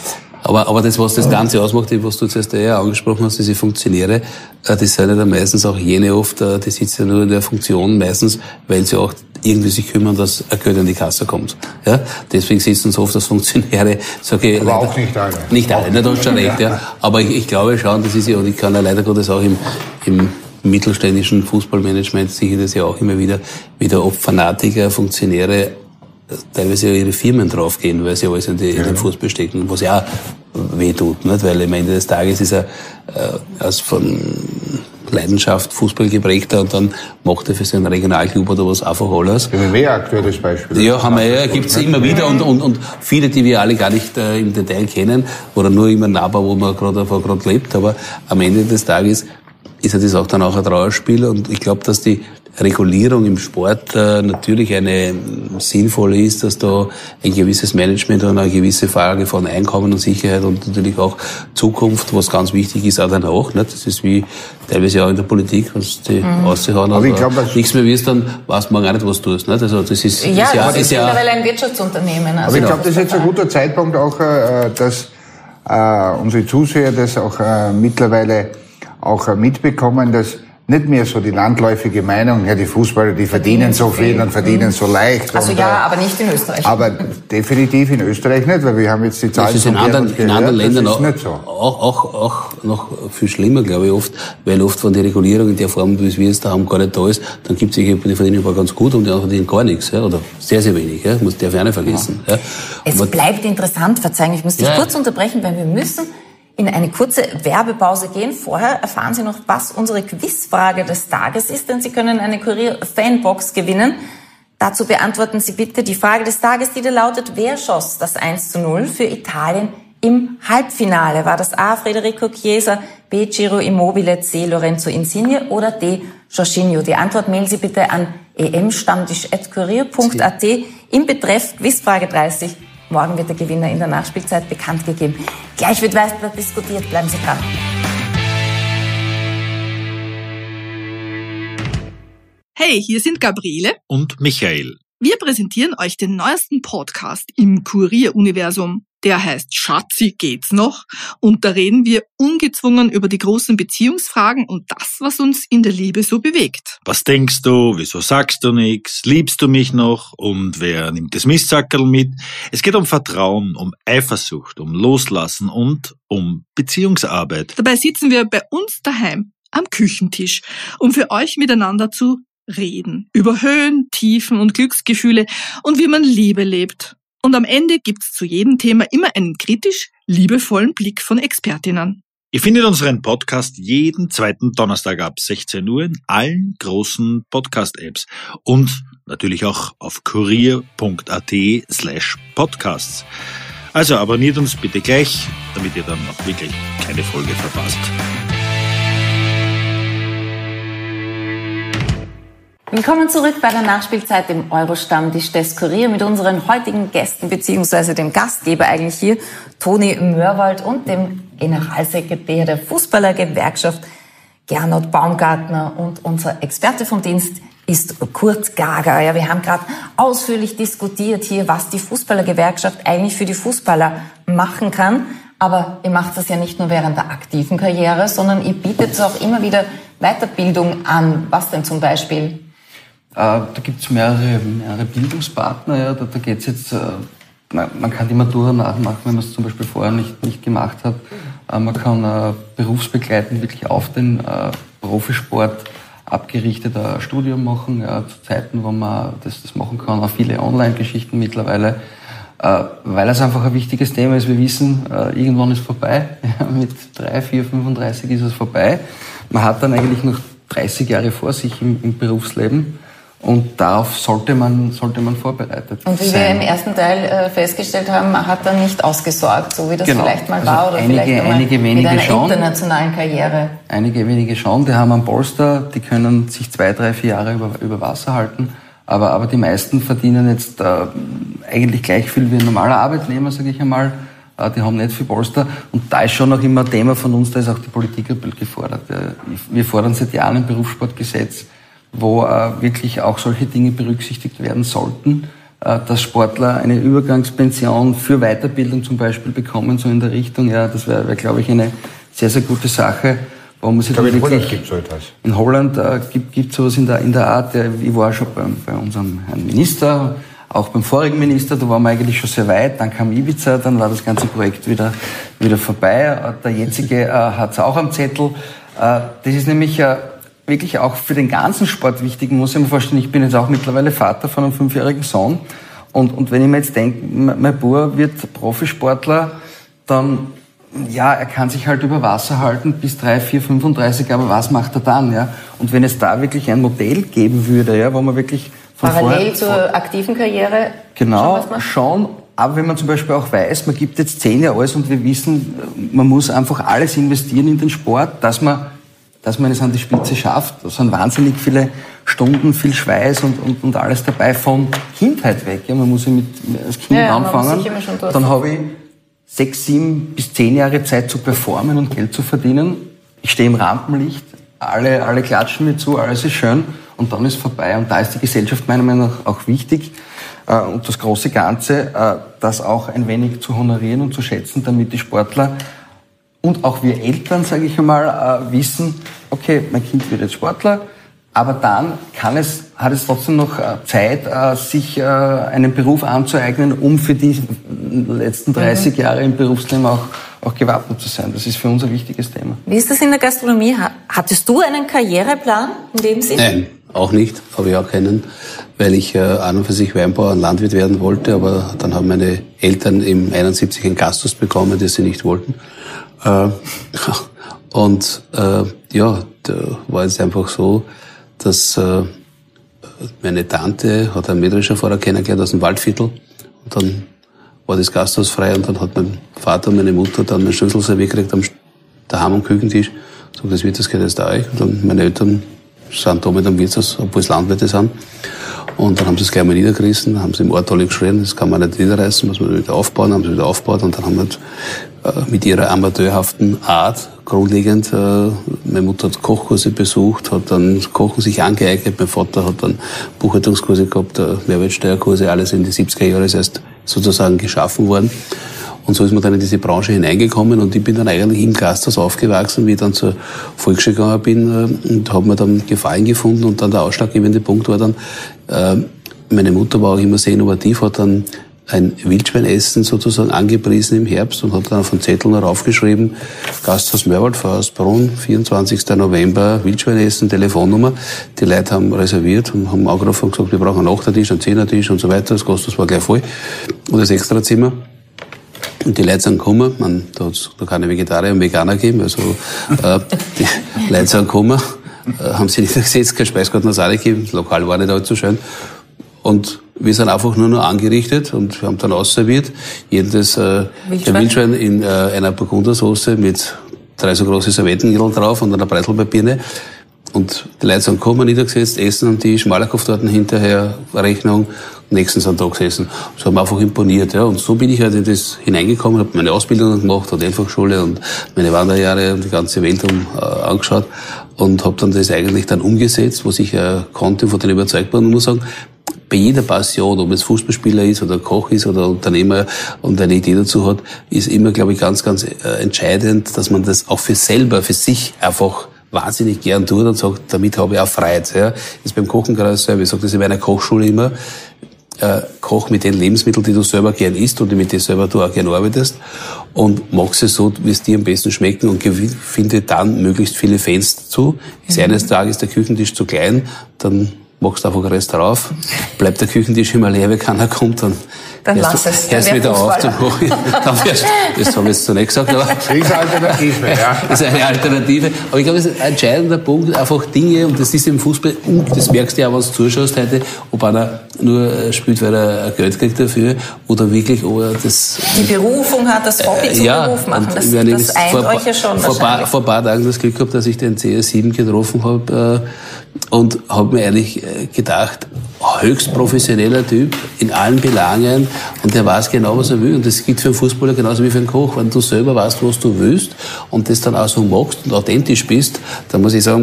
Aber das, was das Ganze ausmacht, was du zuerst ja angesprochen hast, diese Funktionäre, das sind ja dann meistens auch jene oft, die sitzen ja nur in der Funktion meistens, weil sie auch irgendwie sich kümmern, dass ein Geld in die Kasse kommt. Ja? Deswegen sitzen so oft als Funktionäre, sage ich. Aber leider, auch nicht alle. Nicht alle, da hast du schon recht, ja. Aber ich glaube schon, das ist ja, und ich kann ja leider Gottes auch im mittelständischen Fußballmanagement sehe ich das ja auch immer wieder oft Fanatiker, Funktionäre, teilweise ihre Firmen draufgehen, weil sie alles in den Fußball stecken, was ja auch weh tut, nicht? Weil am Ende des Tages ist er als von Leidenschaft Fußball geprägter und dann macht er für seinen Regionalclub oder was einfach alles. BMW aktuelles Beispiel. Ja, haben wir ja, gibt's immer wieder und viele, die wir alle gar nicht im Detail kennen oder nur immer nahbar, wo man gerade lebt, aber am Ende des Tages ist ja das auch dann auch ein Trauerspiel und ich glaube, dass die Regulierung im Sport natürlich eine sinnvolle ist, dass da ein gewisses Management und eine gewisse Frage von Einkommen und Sicherheit und natürlich auch Zukunft, was ganz wichtig ist, auch danach. Nicht? Das ist wie teilweise auch in der Politik, was die raushauen, aber ich glaub, nichts mehr wirst, dann weißt man gar nicht, was du tust. Nicht? Also das ist mittlerweile ein Wirtschaftsunternehmen. Also aber ich glaube, das ist jetzt ein guter Zeitpunkt auch, dass unsere Zuseher das auch mittlerweile auch mitbekommen, dass nicht mehr so die landläufige Meinung, ja, die Fußballer, die verdienen so viel und verdienen so leicht. Also und, aber nicht in Österreich. Aber definitiv in Österreich nicht, weil wir haben jetzt die Zahlen in anderen Ländern auch noch viel schlimmer, glaube ich, oft, weil oft von der Regulierung in der Form, wie wir es da haben, gar nicht da ist, dann gibt es solche, die verdienen aber ganz gut und die anderen verdienen gar nichts, ja, oder sehr, sehr wenig, ja, darf ich auch nicht vergessen. Ja. Es bleibt interessant, verzeihen, ich muss dich kurz unterbrechen, weil wir müssen in eine kurze Werbepause gehen. Vorher erfahren Sie noch, was unsere Quizfrage des Tages ist, denn Sie können eine Kurier-Fanbox gewinnen. Dazu beantworten Sie bitte die Frage des Tages, die da lautet: Wer schoss das 1:0 für Italien im Halbfinale? War das A. Federico Chiesa, B. Ciro Immobile, C. Lorenzo Insigne oder D. Jorginho? Die Antwort mailen Sie bitte an emstammtisch@kurier.at im Betreff Quizfrage 30. Morgen wird der Gewinner in der Nachspielzeit bekannt gegeben. Gleich wird weiter diskutiert. Bleiben Sie dran. Hey, hier sind Gabriele und Michael. Wir präsentieren euch den neuesten Podcast im Kurier-Universum. Der heißt Schatzi, geht's noch? Und da reden wir ungezwungen über die großen Beziehungsfragen und das, was uns in der Liebe so bewegt. Was denkst du? Wieso sagst du nichts? Liebst du mich noch? Und wer nimmt das Mistsackerl mit? Es geht um Vertrauen, um Eifersucht, um Loslassen und um Beziehungsarbeit. Dabei sitzen wir bei uns daheim am Küchentisch, um für euch miteinander zu reden. Über Höhen, Tiefen und Glücksgefühle und wie man Liebe lebt. Und am Ende gibt's zu jedem Thema immer einen kritisch liebevollen Blick von Expertinnen. Ihr findet unseren Podcast jeden zweiten Donnerstag ab 16 Uhr in allen großen Podcast-Apps und natürlich auch auf kurier.at/podcasts. Also abonniert uns bitte gleich, damit ihr dann auch wirklich keine Folge verpasst. Willkommen zurück bei der Nachspielzeit im Euro-Stammtisch des Kurier mit unseren heutigen Gästen beziehungsweise dem Gastgeber eigentlich hier, Toni Mörwald und dem Generalsekretär der Fußballergewerkschaft, Gernot Baumgartner, und unser Experte vom Dienst ist Kurt Gager. Ja, wir haben gerade ausführlich diskutiert hier, was die Fußballergewerkschaft eigentlich für die Fußballer machen kann. Aber ihr macht das ja nicht nur während der aktiven Karriere, sondern ihr bietet auch immer wieder Weiterbildung an. Was denn zum Beispiel? Da gibt's mehrere Bildungspartner. Ja. Da geht's jetzt, man kann die Matura nachmachen, wenn man es zum Beispiel vorher nicht gemacht hat. Man kann berufsbegleitend wirklich auf den Profisport abgerichtet ein Studium machen, ja, zu Zeiten, wo man das machen kann. Auch viele Online-Geschichten mittlerweile, weil es einfach ein wichtiges Thema ist. Wir wissen, irgendwann ist vorbei. Ja, mit 3, 4, 35 ist es vorbei. Man hat dann eigentlich noch 30 Jahre vor sich im Berufsleben. Und darauf sollte man vorbereitet sein. Und wie wir im ersten Teil festgestellt haben, hat er nicht ausgesorgt, so wie das vielleicht mal war, oder vielleicht einige mit einer internationalen Karriere. Einige wenige schon, die haben einen Polster, die können sich 2, 3, 4 Jahre über Wasser halten. Aber die meisten verdienen jetzt eigentlich gleich viel wie ein normaler Arbeitnehmer, sage ich einmal. Die haben nicht viel Polster. Und da ist schon noch immer ein Thema von uns, da ist auch die Politik ein bisschen gefordert. Wir fordern seit Jahren ein Berufssportgesetz, wo wirklich auch solche Dinge berücksichtigt werden sollten, dass Sportler eine Übergangspension für Weiterbildung zum Beispiel bekommen, so in der Richtung. Ja, das wäre, glaube ich, eine sehr, sehr gute Sache. Wo man sich in Holland gibt es so etwas. In Holland gibt es sowas in der Art. Ich war schon bei unserem Herrn Minister, auch beim vorigen Minister, da waren wir eigentlich schon sehr weit. Dann kam Ibiza, dann war das ganze Projekt wieder vorbei. Der jetzige hat es auch am Zettel. Das ist nämlich wirklich auch für den ganzen Sport wichtig. Man muss sich mal vorstellen, ich bin jetzt auch mittlerweile Vater von einem 5-jährigen Sohn. Und wenn ich mir jetzt denke, mein Bub wird Profisportler, dann, ja, er kann sich halt über Wasser halten bis 3, 4, 35, aber was macht er dann, ja? Und wenn es da wirklich ein Modell geben würde, ja, wo man wirklich von parallel zur aktiven Karriere genau, schon. Aber wenn man zum Beispiel auch weiß, man gibt jetzt 10 Jahre alles und wir wissen, man muss einfach alles investieren in den Sport, dass man es an die Spitze schafft. Da sind wahnsinnig viele Stunden, viel Schweiß und alles dabei von Kindheit weg. Ja, man muss ja als Kind anfangen. Dann habe ich 6, 7 bis 10 Jahre Zeit zu performen und Geld zu verdienen. Ich stehe im Rampenlicht, alle klatschen mir zu, alles ist schön und dann ist vorbei. Und da ist die Gesellschaft meiner Meinung nach auch wichtig und das große Ganze, das auch ein wenig zu honorieren und zu schätzen, damit die Sportler und auch wir Eltern, sage ich einmal, wissen, okay, mein Kind wird jetzt Sportler, aber dann hat es trotzdem noch Zeit, sich einen Beruf anzueignen, um für die letzten 30 Jahre im Berufsleben auch gewappnet zu sein. Das ist für uns ein wichtiges Thema. Wie ist das in der Gastronomie? Hattest du einen Karriereplan in dem Sinne? Nein, auch nicht. Habe ich auch keinen, weil ich an und für sich Weinbauer und Landwirt werden wollte, aber dann haben meine Eltern im 71 ein Gasthaus bekommen, das sie nicht wollten. Und ja, da war es einfach so, dass meine Tante hat einen Mähdrescherfahrer kennengelernt aus dem Waldviertel und dann war das Gasthaus frei und dann hat mein Vater und meine Mutter dann einen Schlüssel serviert gekriegt daheim am Küchentisch. So, das wird das geht jetzt da euch. Und dann meine Eltern sind da mit am Wirtshaus, obwohl es Landwirte sind. Und dann haben sie es gleich mal niedergerissen, haben sie im Ort alle geschrien, das kann man nicht niederreißen, muss man wieder aufbauen, haben sie wieder aufgebaut und dann haben wir mit ihrer amateurhaften Art grundlegend, meine Mutter hat Kochkurse besucht, hat dann Kochen sich angeeignet, mein Vater hat dann Buchhaltungskurse gehabt, Mehrwertsteuerkurse, alles in die 70er Jahre ist erst sozusagen geschaffen worden. Und so ist man dann in diese Branche hineingekommen und ich bin dann eigentlich im Gasthaus aufgewachsen, wie ich dann zur Volksschule gegangen bin und habe mir dann Gefallen gefunden und dann der ausschlaggebende Punkt war dann, meine Mutter war auch immer sehr innovativ, hat dann ein Wildschweinessen sozusagen angepriesen im Herbst und hat dann auf einen Zettel noch raufgeschrieben, Gasthaus Mörwald, Forstbrunn, 24. November, Wildschweinessen, Telefonnummer. Die Leute haben reserviert und haben angerufen und gesagt, wir brauchen einen 8er-Tisch, einen 10er-Tisch und so weiter. Das Gasthaus war gleich voll. Und das Extrazimmer. Und die Leute sind gekommen, da hat es noch keine Vegetarier und Veganer gegeben, also die Leute sind gekommen, haben sich nicht gesetzt, kein Speisgarten hat es auch nicht gegeben, das Lokal war nicht allzu schön. Und wir sind einfach nur noch angerichtet und wir haben dann ausserviert. Jedes Wildschwein in einer Burgundersoße mit 3 so große Servettengirdel drauf und einer Breitelpapierne. Und die Leute sind gekommen, niedergesetzt, essen am Tisch, Malerkopftorten hinterher, Rechnung, nächsten sind da gesessen. Das hat mir einfach imponiert, ja. Und so bin ich halt in das hineingekommen, habe meine Ausbildung gemacht, Hotelfachschule und meine Wanderjahre und die ganze Welt angeschaut und habe dann das eigentlich dann umgesetzt, was ich konnte, von denen überzeugt war. Und muss sagen, bei jeder Passion, ob es Fußballspieler ist oder Koch ist oder Unternehmer und eine Idee dazu hat, ist immer, glaube ich, ganz, ganz entscheidend, dass man das auch für sich einfach wahnsinnig gern tut und sagt, damit habe ich auch Freiheit. Ja. Ist beim Kochen gerade selber. Ich sage das in meiner Kochschule immer, koch mit den Lebensmitteln, die du selber gern isst und mit denen selber du auch gern arbeitest und machst es so, wie es dir am besten schmecken und finde dann möglichst viele Fans dazu. Ist eines Tages der Küchentisch zu klein, dann machst du einfach ein Restaurant auf, bleibt der Küchentisch immer leer, wenn keiner kommt, dann lass es. Hörst wieder auf zum Kochen. Das habe ich jetzt so nicht gesagt, aber das ist eine Alternative, ja. Das ist eine Alternative. Aber ich glaube, es ist ein entscheidender Punkt, einfach Dinge, und das ist im Fußball, und das merkst du ja, wenn du zuschaust heute, ob einer nur spielt, weil er Geld kriegt dafür, oder wirklich, ob er das... Die Berufung hat, das Hobby zum Beruf machen, das eint euch ja schon vor ein paar Tagen das Glück gehabt, dass ich den CR7 getroffen habe, und habe mir eigentlich gedacht, höchst professioneller Typ in allen Belangen, und der weiß genau, was er will, und das gilt für einen Fußballer genauso wie für einen Koch. Wenn du selber weißt, was du willst und das dann auch so machst und authentisch bist, dann muss ich sagen,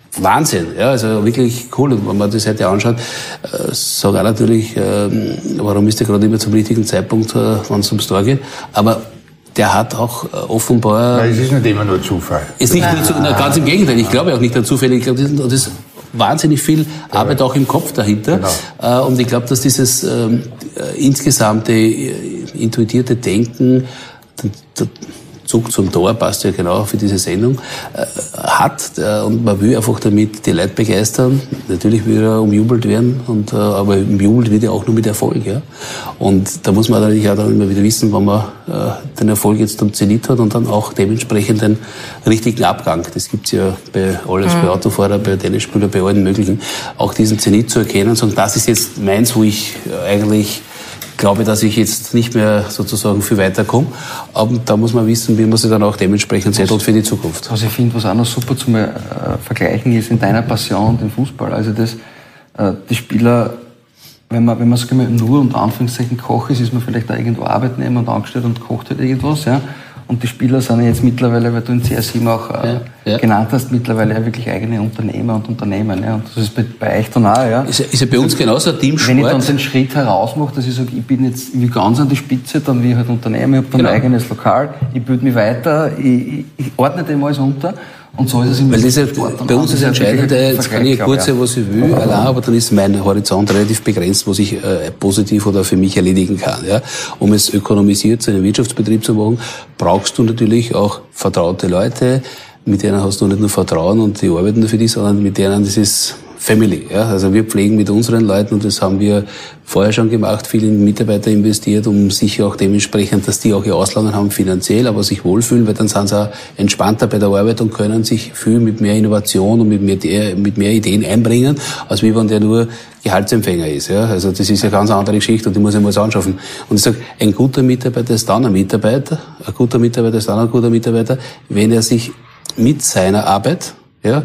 Wahnsinn, ja, also wirklich cool. Und wenn man das heute anschaut, sage auch natürlich, warum ist der gerade immer zum richtigen Zeitpunkt, wenn es ums Tor geht. Aber der hat auch offenbar... Nein, es ist nicht immer nur Zufall. Ist nicht nur Zufall, ganz im Gegenteil. Ich glaube auch nicht an Zufälle. Ich glaube, das ist wahnsinnig viel Arbeit auch im Kopf dahinter. Genau. Und ich glaube, dass dieses insgesamte intuitierte Denken, der Zug zum Tor passt ja genau für diese Sendung, hat, und man will einfach damit die Leute begeistern. Natürlich will er umjubelt werden, aber umjubelt wird ja auch nur mit Erfolg, ja. Und da muss man natürlich auch dann immer wieder wissen, wann man den Erfolg jetzt am Zenit hat und dann auch dementsprechend den richtigen Abgang. Das gibt's ja bei alles, bei Autofahrern, bei Tennisspielern, bei allen möglichen, auch diesen Zenit zu erkennen und sagen, das ist jetzt meins, wo ich eigentlich glaube, dass ich jetzt nicht mehr sozusagen viel weiterkomme. Aber da muss man wissen, wie man sich dann auch dementsprechend settelt für die Zukunft. Was ich finde, was auch noch super zum Vergleichen ist, in deiner Passion, den Fußball. Also die Spieler, wenn man nur unter Anführungszeichen Koch ist man vielleicht da irgendwo Arbeitnehmer und angestellt und kocht halt irgendwas, ja. Und die Spieler sind jetzt mittlerweile, weil du in CR7 auch genannt hast, mittlerweile ja wirklich eigene Unternehmer und Unternehmen. Ja. Und das ist bei euch dann auch. Ja. Ist ja bei uns genauso ein Teamsport. Wenn ich dann den Schritt heraus mache, dass ich sage, ich bin jetzt wie ganz an die Spitze, dann wie halt Unternehmer, ich habe dann ein eigenes Lokal, ich bilde mich weiter, ich ordne dem alles unter. Und so ist es immer. Weil das ist bei uns das Entscheidende, jetzt kann ich kurz sagen, was ich will, allein, aber dann ist mein Horizont relativ begrenzt, was ich positiv oder für mich erledigen kann. Ja. Um es ökonomisiert zu einem Wirtschaftsbetrieb zu machen, brauchst du natürlich auch vertraute Leute, mit denen hast du nicht nur Vertrauen und die arbeiten für dich, sondern mit denen, das ist Family. Ja. Also wir pflegen mit unseren Leuten, und das haben wir vorher schon gemacht, viel in Mitarbeiter investiert, um sicher auch dementsprechend, dass die auch ihr Auslagen haben finanziell, aber sich wohlfühlen, weil dann sind sie auch entspannter bei der Arbeit und können sich viel mit mehr Innovation und mit mehr Ideen einbringen, als wie wenn der nur Gehaltsempfänger ist. Ja. Also das ist eine ganz andere Geschichte und die muss ich mal anschaffen. Und ich sage, ein guter Mitarbeiter ist dann ein Mitarbeiter, ein guter Mitarbeiter ist dann ein guter Mitarbeiter, wenn er sich mit seiner Arbeit, ja,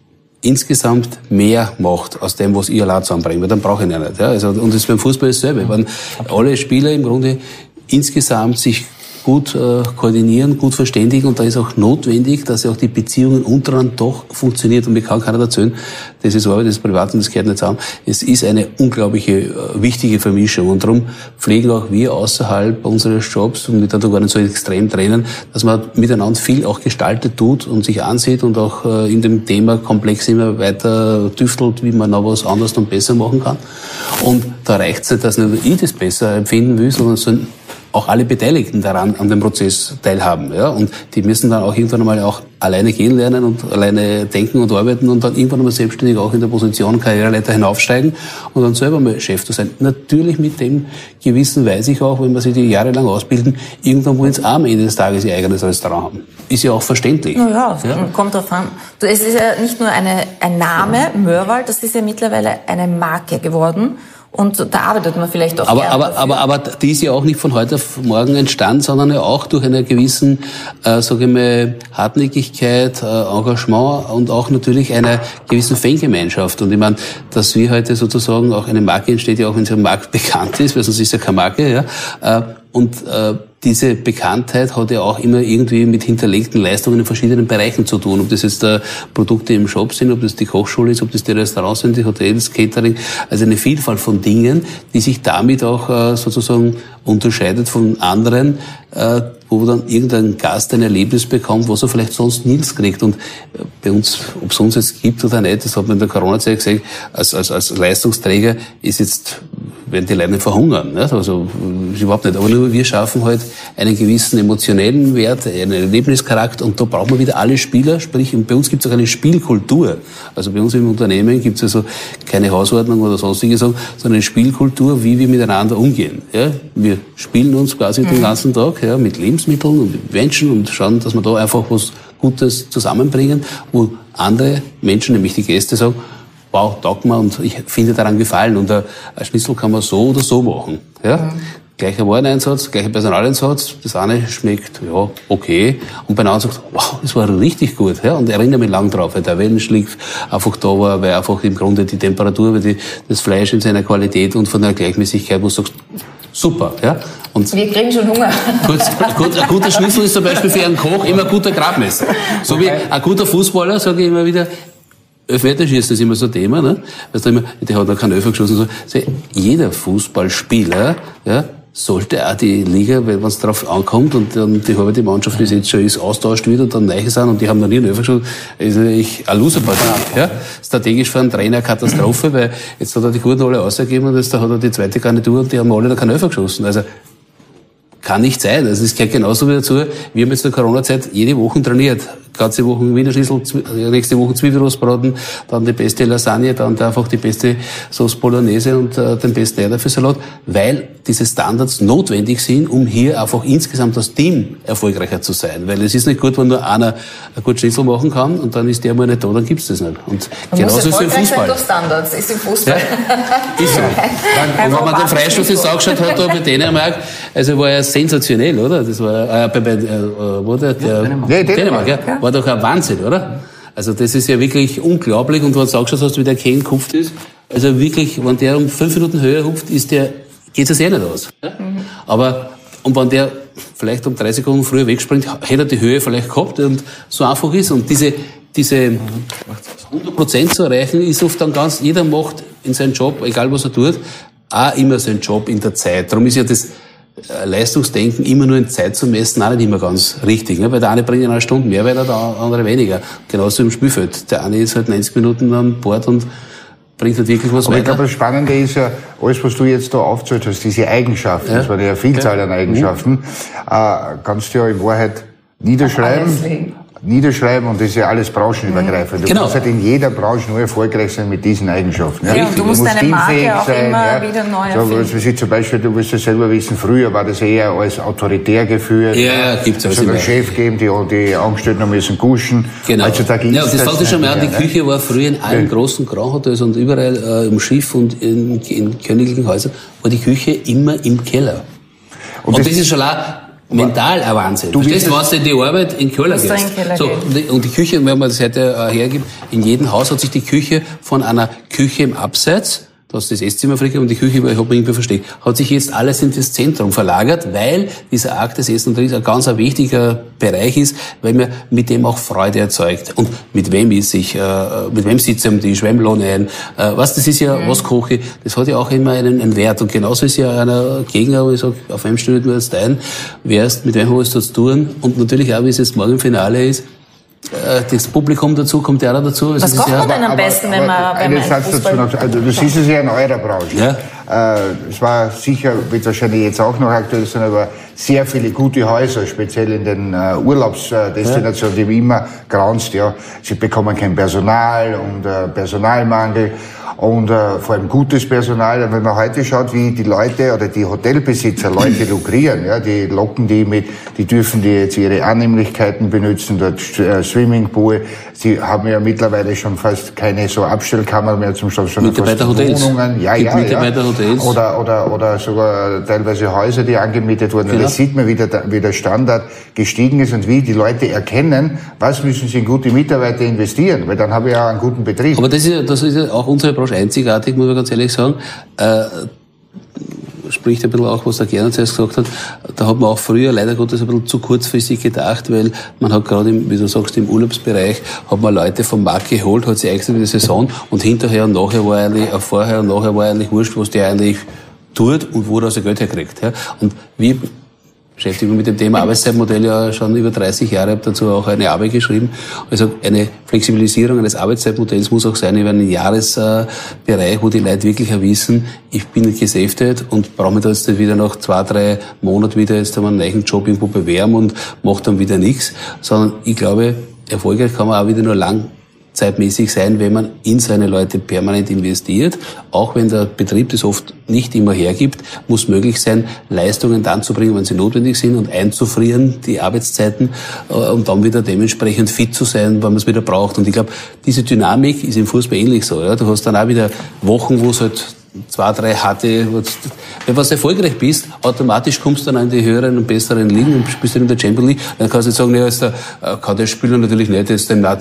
insgesamt mehr macht aus dem, was ich allein zusammenbringe, weil dann brauche ich ihn ja nicht. Ja. Also, und das beim Fußball ist dasselbe. Wenn alle Spieler im Grunde insgesamt sich gut koordinieren, gut verständigen, und da ist auch notwendig, dass auch die Beziehungen untereinander doch funktioniert. Und mir kann keiner erzählen, das ist Arbeit, das ist Privat und das gehört nicht zusammen. Es ist eine unglaubliche, wichtige Vermischung, und darum pflegen auch wir außerhalb unseres Jobs, und mit der gar nicht so extrem trennen, dass man miteinander viel auch gestaltet tut und sich ansieht und auch in dem Thema komplex immer weiter tüftelt, wie man noch was anderes und besser machen kann. Und da reicht es nicht, dass nicht ich das besser empfinden will, sondern sollen auch alle Beteiligten daran an dem Prozess teilhaben, ja, und die müssen dann auch irgendwann einmal auch alleine gehen lernen und alleine denken und arbeiten und dann irgendwann einmal selbstständig auch in der Position Karriereleiter hinaufsteigen und dann selber mal Chef zu sein. Natürlich mit dem Gewissen weiß ich auch, wenn wir sich die jahrelang ausbilden, irgendwann wollen sie am Ende des Tages ihr eigenes Restaurant haben. Ist ja auch verständlich. Ja, kommt drauf an. Es ist ja nicht nur ein Name, Mörwald, das ist ja mittlerweile eine Marke geworden. Und da arbeitet man vielleicht auch aber die ist ja auch nicht von heute auf morgen entstanden, sondern ja auch durch eine gewissen, sage ich mal, Hartnäckigkeit, Engagement und auch natürlich einer gewissen Fangemeinschaft. Und ich meine, dass wir heute sozusagen auch eine Marke entsteht, ja auch wenn sie am Markt bekannt ist, weil sonst ist ja keine Marke, ja. Und diese Bekanntheit hat ja auch immer irgendwie mit hinterlegten Leistungen in verschiedenen Bereichen zu tun. Ob das jetzt Produkte im Shop sind, ob das die Kochschule ist, ob das die Restaurants sind, die Hotels, Catering. Also eine Vielfalt von Dingen, die sich damit auch sozusagen unterscheidet von anderen, wo dann irgendein Gast ein Erlebnis bekommt, was er vielleicht sonst nirgends kriegt. Und bei uns, ob es uns jetzt gibt oder nicht, das hat man in der Corona-Zeit gesagt, als Leistungsträger ist jetzt, werden die Leute nicht verhungern, nicht? Also überhaupt nicht. Aber nur wir schaffen halt einen gewissen emotionellen Wert, einen Erlebnischarakter, und da braucht man wieder alle Spieler, sprich, bei uns gibt es auch eine Spielkultur. Also bei uns im Unternehmen gibt es also keine Hausordnung oder sonstige Sachen, sondern eine Spielkultur, wie wir miteinander umgehen. Ja? Wir spielen uns quasi den ganzen Tag, ja, mit Lebensmitteln und mit Menschen und schauen, dass wir da einfach was Gutes zusammenbringen, wo andere Menschen, nämlich die Gäste, sagen, wow, taugt mir und ich finde daran Gefallen. Und ein Schnitzel kann man so oder so machen. Ja? Gleicher Wareneinsatz, gleicher Personaleinsatz. Das eine schmeckt, ja, okay. Und bei einem anderen sagt, wow, das war richtig gut. Ja? Und erinnere mich lang drauf, weil der Wellenschlick einfach da war, weil einfach im Grunde die Temperatur, weil das Fleisch in seiner Qualität und von der Gleichmäßigkeit, wo du sagst, super, ja. Und wir kriegen schon Hunger. Ein guter Schnitzel ist zum Beispiel für einen Koch immer ein guter Gradmesser. So wie ein guter Fußballer, sage ich immer wieder, Elfmeterschießen ist immer so ein Thema, ne? Weißt du immer, der hat noch keinen Elfer geschossen. So. Also jeder Fußballspieler, ja, sollte auch die Liga, wenn es drauf ankommt und dann die halbe Mannschaft, die jetzt schon ist, austauscht wird und dann neu sind und die haben noch nie einen Elfer geschossen, ist eigentlich ein Loserpartie. Ja? Strategisch für einen Trainer Katastrophe, weil jetzt hat er die Guten alle ausgegeben und jetzt hat er die zweite Garnitur und die haben alle noch keinen Elfer geschossen. Also kann nicht sein. Also es gehört genauso wie dazu. Wir haben jetzt in der Corona-Zeit jede Woche trainiert. Ganze Woche Wiener Schnitzel, nächste Woche Zwiebelrostbraten, dann die beste Lasagne, dann einfach die beste Sauce Bolognese und den besten Erdäpfelsalat, weil diese Standards notwendig sind, um hier einfach insgesamt als Team erfolgreicher zu sein. Weil es ist nicht gut, wenn nur einer ein gutes Schnitzel machen kann und dann ist der mal nicht da, dann gibt's das nicht. Und genauso ist es im Fußball. Durch Standards, ist im Fußball. Ja, ist so. Und wenn man den Freistoß jetzt angeschaut hat, da bei Dänemark, also war ja sensationell, oder? Das war Dänemark, ja. War doch ein Wahnsinn, oder? Also das ist ja wirklich unglaublich. Und wenn du angeschaut hast, wie der Kane gehupft ist, also wirklich, wenn der um 5 Minuten höher hupft, geht es eh nicht aus. Ja? Aber, und wenn der vielleicht um 3 Sekunden früher wegspringt, hätte er die Höhe vielleicht gehabt und so einfach ist. Und diese 100% zu erreichen, ist oft dann jeder macht in seinem Job, egal was er tut, auch immer seinen Job in der Zeit. Darum ist ja das Leistungsdenken immer nur in Zeit zu messen auch nicht immer ganz richtig, ne? Weil der eine bringt eine Stunde mehr weiter, der andere weniger. Genauso im Spielfeld. Der eine ist halt 90 Minuten an Bord und bringt halt wirklich was weiter. Aber ich glaube, das Spannende ist ja, alles, was du jetzt da aufgezählt hast, diese Eigenschaften, das war ja eine Vielzahl an Eigenschaften, kannst du ja in Wahrheit niederschreiben und das ist ja alles branchenübergreifend. Du kannst halt in jeder Branche nur erfolgreich sein mit diesen Eigenschaften. Ja, und du musst deine Marke auch sein, immer wieder neu erfinden. So, zum Beispiel, du wirst ja selber wissen, früher war das eher als autoritär geführt. Ja, gibt's auch. Es hat einen Chef gegeben, die Angestellten müssen kuschen. Genau. Heutzutage ja, das fängt schon mal an, die Küche war früher in allen großen Kranhotels und überall im Schiff und in königlichen Häusern war die Küche immer im Keller. Und das ist schon auch mental ein Wahnsinn. Du verstehst, was denn die Arbeit in den Keller geht. So, und die Küche, wenn man das heute hergibt, in jedem Haus hat sich die Küche von einer Küche im Abseits, das ist das Esszimmer und die Küche, ich habe irgendwie versteckt, hat sich jetzt alles in das Zentrum verlagert, weil dieser Akt des Essen und Trinkens ein ganz wichtiger Bereich ist, weil man mit dem auch Freude erzeugt. Und mit wem sitze ich am Tisch, wem lohne ein, das ist ja, was koche ich, das hat ja auch immer einen Wert. Und genauso ist ja einer Gegner, wo ich sage, auf wem stellt man jetzt ein, mit wem hast du zu tun, und natürlich auch, wie es jetzt morgen im Finale ist, das Publikum dazu, kommt ja auch dazu. Was kocht man denn am besten, wenn man einen Fußball... Also du siehst es ja in eurer Branche. Ja. Es war sicher, wird wahrscheinlich jetzt auch noch aktuell sein, aber sehr viele gute Häuser, speziell in den Urlaubsdestinationen, die immer graunst, ja, sie bekommen kein Personal und Personalmangel und vor allem gutes Personal. Und wenn man heute schaut, wie die Leute oder die Hotelbesitzer Leute lukrieren, ja, die locken die dürfen die jetzt ihre Annehmlichkeiten benutzen, dort Swimmingpool. Sie haben ja mittlerweile schon fast keine so Abstellkammer mehr zum Schluss, sondern fast Wohnungen. Mitarbeiterhotels. Oder sogar teilweise Häuser, die angemietet wurden. Genau. Da sieht man, wie der Standard gestiegen ist und wie die Leute erkennen, was müssen sie in gute Mitarbeiter investieren, weil dann habe ich ja einen guten Betrieb. Aber das ist ja auch unsere Branche einzigartig, muss man ganz ehrlich sagen. Spricht ein bisschen auch, was der Gernot zuerst gesagt hat. Da hat man auch früher leider Gottes ein bisschen zu kurzfristig gedacht, weil man hat gerade, wie du sagst, im Urlaubsbereich, hat man Leute vom Markt geholt, hat sie eigentlich in der Saison, und hinterher und nachher war eigentlich wurscht, was der eigentlich tut und wo er sein Geld herkriegt. Ja. Und wir beschäftigen uns mit dem Thema Arbeitszeitmodell ja schon über 30 Jahre, habe dazu auch eine Arbeit geschrieben. Also eine Flexibilisierung eines Arbeitszeitmodells muss auch sein über einen Jahresbereich, wo die Leute wirklich wissen, ich bin gesaftet und brauche mich da jetzt nicht wieder nach 2-3 Monaten wieder jetzt einen neuen Job irgendwo bewerben und mache dann wieder nichts, sondern ich glaube, erfolgreich kann man auch wieder nur langzeitmäßig sein, wenn man in seine Leute permanent investiert. Auch wenn der Betrieb das oft nicht immer hergibt, muss möglich sein, Leistungen dann zu bringen, wenn sie notwendig sind, und einzufrieren, die Arbeitszeiten, und dann wieder dementsprechend fit zu sein, wenn man es wieder braucht. Und ich glaube, diese Dynamik ist im Fußball ähnlich so. Ja? Du hast dann auch wieder Wochen, wo es halt 2, 3 harte, wenn du erfolgreich bist, automatisch kommst du dann in die höheren und besseren Ligen und spielst dann in der Champions League. Dann kannst du nicht sagen, ja, jetzt kann der Spieler natürlich nicht jetzt in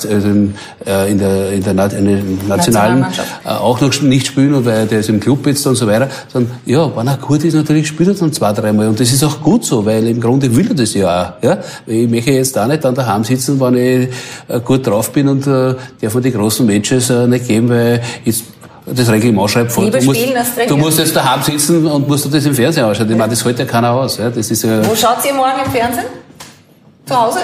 der nationalen auch noch nicht spielen, und weil der ist im Club jetzt und so weiter. Sondern, ja, wenn er gut ist, natürlich spielt er dann 2, 3 Mal. Und das ist auch gut so, weil im Grunde will er das ja auch. Ja? Ich möchte jetzt auch nicht dann daheim sitzen, wenn ich gut drauf bin, und darf man die großen Matches nicht geben, weil jetzt das Reglement schreibt vor. Du musst jetzt daheim sitzen und musst das im Fernsehen anschauen. Ich meine, das hält ja keiner aus. Ja? Das ist ja. Wo schaut ihr morgen im Fernsehen? Zu Hause?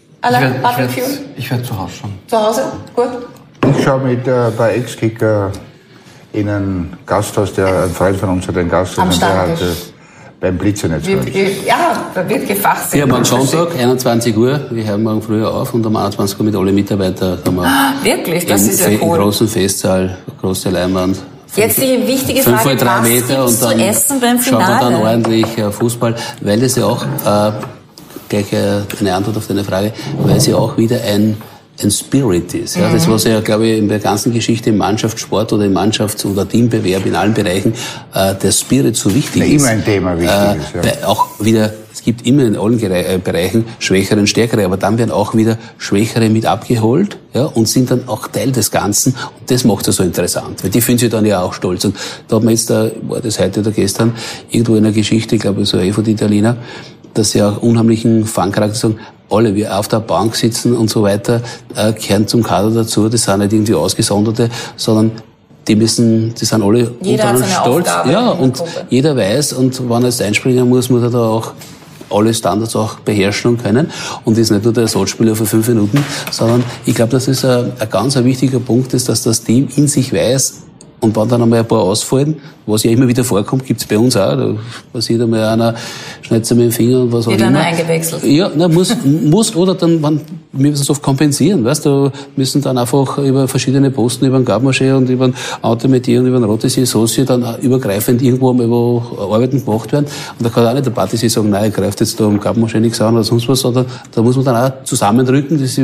Ich werde zu Hause schauen. Zu Hause? Gut. Ich schaue mit bei Ex-Kicker in ein Gasthaus, ein Freund von uns hat ein Gasthaus, und der hat beim Blitzernetz. Ja, da wird gefasst. Ja, am Sonntag, 21 Uhr, wir hören morgen früher auf, und um 21 Uhr mit allen Mitarbeitern kann man wirklich? Das ist ja cool. Im großen Festsaal, große Leinwand. Jetzt die wichtige Frage, 5,3 Meter, und dann zu essen beim Finale? schauen wir dann ordentlich Fußball, weil es ja auch, gleich eine Antwort auf deine Frage, weil es ja auch wieder ein Spirit ist. Ja, das, was ja, glaube ich, in der ganzen Geschichte im Mannschaftssport oder im Mannschafts- oder Teambewerb in allen Bereichen der Spirit so wichtig ist. Immer ein Thema wichtig ist. Ja. Weil auch wieder, es gibt immer in allen Bereichen Schwächere und Stärkere, aber dann werden auch wieder Schwächere mit abgeholt, ja, und sind dann auch Teil des Ganzen. Und das macht es so interessant, weil die fühlen sich dann ja auch stolz. Und da hat man jetzt, war das heute oder gestern, irgendwo in einer Geschichte, ich glaube, so von den Italiener, dass sie auch unheimlichen Fangcharakter sagen, alle, wir auf der Bank sitzen und so weiter, gehören zum Kader dazu. Das sind nicht irgendwie Ausgesonderte, sondern die sind alle untereinander stolz. Ja, und jeder weiß, und wenn er jetzt einspringen muss er da auch alle Standards auch beherrschen und können. Und ist nicht nur der Ersatzspieler für 5 Minuten, sondern ich glaube, dass es ein ganz wichtiger Punkt ist, dass das Team in sich weiß, und wenn dann einmal ein paar ausfallen, was ja immer wieder vorkommt, gibt's bei uns auch, da passiert einmal einer, schneidet sich mit dem Finger und was auch immer. Wird einer eingewechselt. Ja, muss, oder dann, wir müssen es oft kompensieren, weißt du, müssen dann einfach über verschiedene Posten, über den Gabmaché und über den Automatier und über den Rotissi Soci dann übergreifend irgendwo einmal wo Arbeiten gemacht werden. Und da kann auch nicht der Party sagen, nein, ich greift jetzt da um Gabmaché nichts an oder sonst was, sondern da muss man dann auch zusammendrücken, dass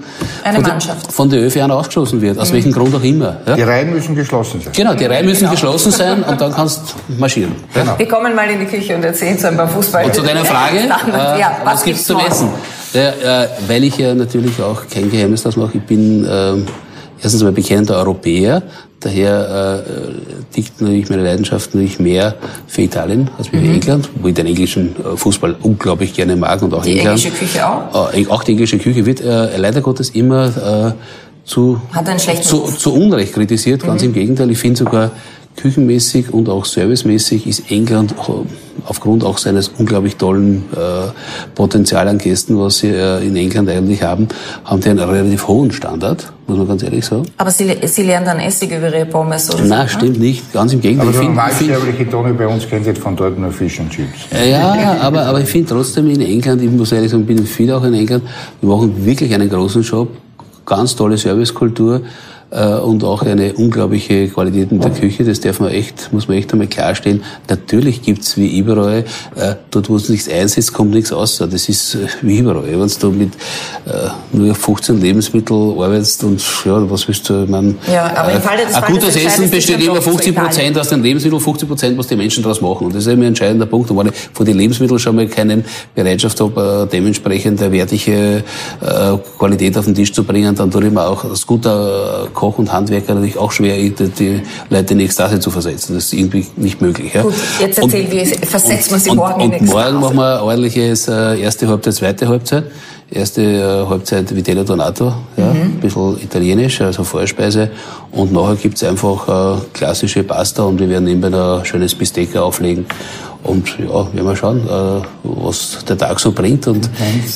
von der ÖFA ausgeschlossen wird, aus welchem Grund auch immer. Ja? Die Reihen müssen geschlossen sein. Genau, die Reihen müssen geschlossen sein, und dann kannst du marschieren. Genau. Wir kommen mal in die Küche und erzählen so ein paar Fußball. Und zu deiner Frage, was gibt's zum Essen? Weil ich ja natürlich auch kein Geheimnis das mache. Ich bin erstens einmal bekennender Europäer, daher liegt natürlich meine Leidenschaft natürlich mehr für Italien als für England, wo ich den englischen Fußball unglaublich gerne mag, und auch die England. Die englische Küche auch? Auch die englische Küche wird leider Gottes immer zu Unrecht kritisiert. Ganz im Gegenteil, ich finde sogar küchenmäßig und auch servicemäßig ist England aufgrund auch seines unglaublich tollen Potenzial an Gästen, was sie in England eigentlich haben die einen relativ hohen Standard, muss man ganz ehrlich sagen. Aber Sie lernen dann Essig über Ihre Pommes oder so? Nein, stimmt nicht. Ganz im Gegenteil. Aber der normalsterbliche Toni bei uns kennt jetzt von dort nur Fish and Chips. Ja, aber ich finde trotzdem in England, ich muss ehrlich sagen, ich bin viel auch in England, wir machen wirklich einen großen Job, ganz tolle Servicekultur. Und auch eine unglaubliche Qualität in der Küche, das muss man echt einmal klarstellen. Natürlich gibt's wie überall, dort wo es nichts einsetzt, kommt nichts raus. Das ist wie überall. Wenn du mit nur 15 Lebensmitteln arbeitest und ja, was willst du, aber im Falle des ein gutes Essen besteht immer 50% aus den Lebensmitteln, 50% was die Menschen daraus machen. Und das ist immer ein entscheidender Punkt. Und wenn ich von den Lebensmitteln schon mal keine Bereitschaft habe, dementsprechend eine wertige Qualität auf den Tisch zu bringen, dann tue ich mir auch als guter Koch und Handwerker natürlich auch schwer, die Leute in Ekstase zu versetzen. Das ist irgendwie nicht möglich. Ja. Gut, jetzt erzähl, wie versetzt man sie morgen in Ekstase? Und morgen machen wir ein ordentliches erste Halbzeit, zweite Halbzeit. Erste Halbzeit Vitello Donato, ja, ein bisschen italienisch, also Vorspeise. Und nachher gibt's einfach klassische Pasta, und wir werden nebenbei ein schönes Bistecca auflegen. Und ja, werden wir schauen, was der Tag so bringt. Und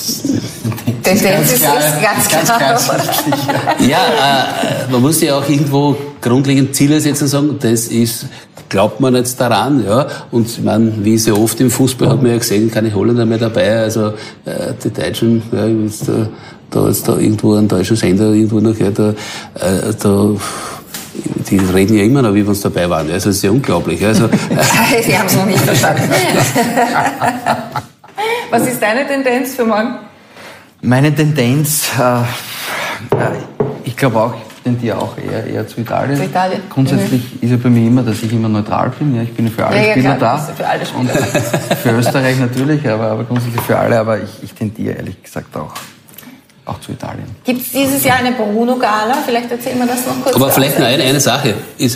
Tendenz ist ganz klar. Man muss ja auch irgendwo grundlegend Ziele setzen und sagen, das ist, glaubt man jetzt daran, ja. Und ich meine, wie so oft im Fußball hat man ja gesehen, keine Holländer mehr dabei, also die Deutschen, ja, jetzt da irgendwo ein deutscher Sender irgendwo noch gehört, die reden ja immer noch, wie wir uns dabei waren. Also, das ist ja unglaublich. Also, Sie haben es noch nicht verstanden. Was ist deine Tendenz für morgen? Meine Tendenz, ich glaube auch, tendiere auch eher zu Italien. Zu Italien. Grundsätzlich ist ja bei mir immer, dass ich immer neutral bin. Ja, ich bin für alle Spieler da. Für alle Spieler. Für Österreich natürlich, aber grundsätzlich für alle. Aber ich tendiere ehrlich gesagt auch zu Italien. Gibt es dieses Jahr eine Bruno-Gala? Vielleicht erzählen wir das noch kurz. Aber vielleicht noch eine Sache ist,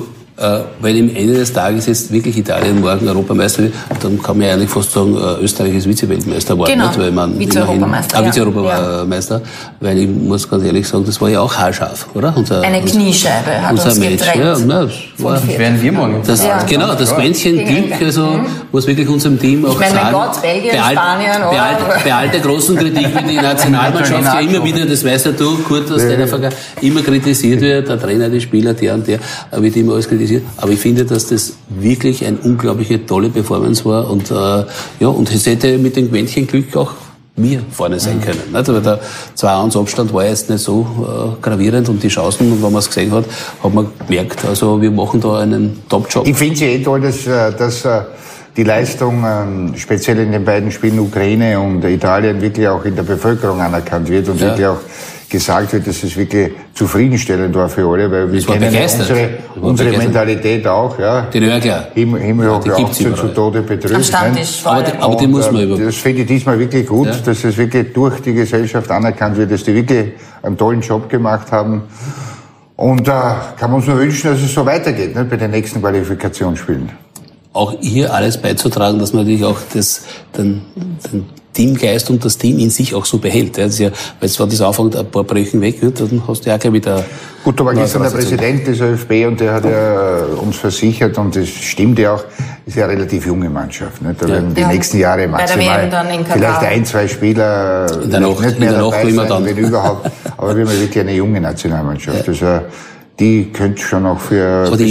wenn im Ende des Tages jetzt wirklich Italien morgen Europameister wird, dann kann man ja eigentlich fast sagen, Österreich ist Vize-Weltmeister geworden. Genau, nicht? Weil man Vize-Europameister. Vize-Europameister, weil ich muss ganz ehrlich sagen, das war ja auch haarscharf, oder? Eine Kniescheibe hat uns Match. getrennt. Ja, werden wir morgen. Genau, das Quäntchen Glück, also muss wirklich unserem Team auch sagen. Mein Gott, Belgien, Spanien, bei all der großen Kritik, wenn die Nationalmannschaft ja immer wieder, das weißt ja du, Kurt, aus deiner Vergangenheit, immer kritisiert wird, der Trainer, die Spieler, der und der, wird immer alles kritisiert. Aber ich finde, dass das wirklich eine unglaubliche tolle Performance war und und es hätte mit dem Quäntchen Glück auch mir vorne sein können. Nicht? Aber der 2-1 Abstand war jetzt nicht so gravierend und die Chancen, und wenn man es gesehen hat man gemerkt, also wir machen da einen Top-Job. Ich finde es toll, dass die Leistung, speziell in den beiden Spielen Ukraine und Italien, wirklich auch in der Bevölkerung anerkannt wird und wirklich auch gesagt wird, dass es wirklich zufriedenstellend war für alle, weil wir kennen unsere Mentalität auch, ja. Die Nörgler. Himmel hoch jauchzen, zu Tode betrübt. Am Stammtisch. Aber die muss man überprüfen. Das finde ich diesmal wirklich gut, dass es wirklich durch die Gesellschaft anerkannt wird, dass die wirklich einen tollen Job gemacht haben. Und da kann man uns nur wünschen, dass es so weitergeht, ne, bei den nächsten Qualifikationsspielen. Auch hier alles beizutragen, dass man natürlich auch den Teamgeist und das Team in sich auch so behält. Das ist ja, weil zwar das Anfang ein paar Brüchen weg wird, dann hast du ja gleich wieder... Gut, da war gestern der Präsident des ÖFB und der hat ja uns versichert, und das stimmt ja auch, ist ja eine relativ junge Mannschaft. Nicht? Da werden die nächsten Jahre maximal vielleicht 1-2 Spieler nicht mehr dabei sein, wenn überhaupt. Aber wir haben wirklich eine junge Nationalmannschaft. Also, die könnte schon auch für... Aber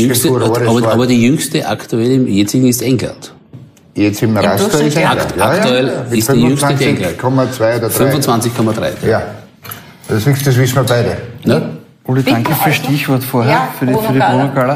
die jüngste aktuell im jetzigen ist England. Jetzt im Raster ist England. Aktuell ist die jüngste die England. 25,2 oder 3. 25,3. Ja. Das wissen wir beide. Ja? Uli, danke für Stichwort vorher, für die Bruno-Gala.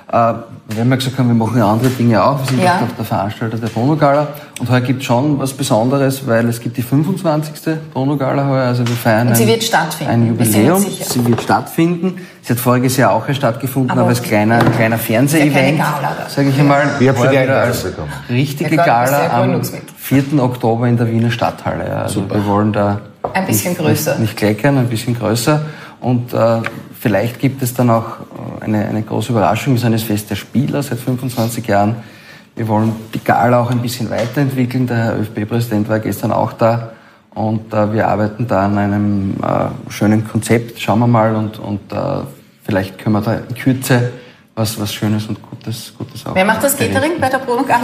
Wir haben ja gesagt, wir machen andere Dinge auch. Wir sind auch der Veranstalter der Bruno-Gala. Und heute gibt es schon was Besonderes, weil es gibt die 25. Bruno-Gala heuer. Also wir feiern ein Jubiläum. Sie wird stattfinden. Sie hat voriges Jahr auch stattgefunden, aber als kleiner Fernseh-Event, sage ich einmal. Ich habe schon die als richtige Gala am 4. Oktober in der Wiener Stadthalle. Ja. Also wir wollen da ein bisschen größer. Nicht kleckern, ein bisschen größer. Und vielleicht gibt es dann auch eine große Überraschung. Wir sind das Fest der Spieler seit 25 Jahren. Wir wollen die Gala auch ein bisschen weiterentwickeln. Der Herr ÖFB-Präsident war gestern auch da. Und wir arbeiten da an einem schönen Konzept. Schauen wir mal. Und vielleicht können wir da in Kürze was Schönes und Gutes auch. Wer macht das Catering bei der Bruno-Gala?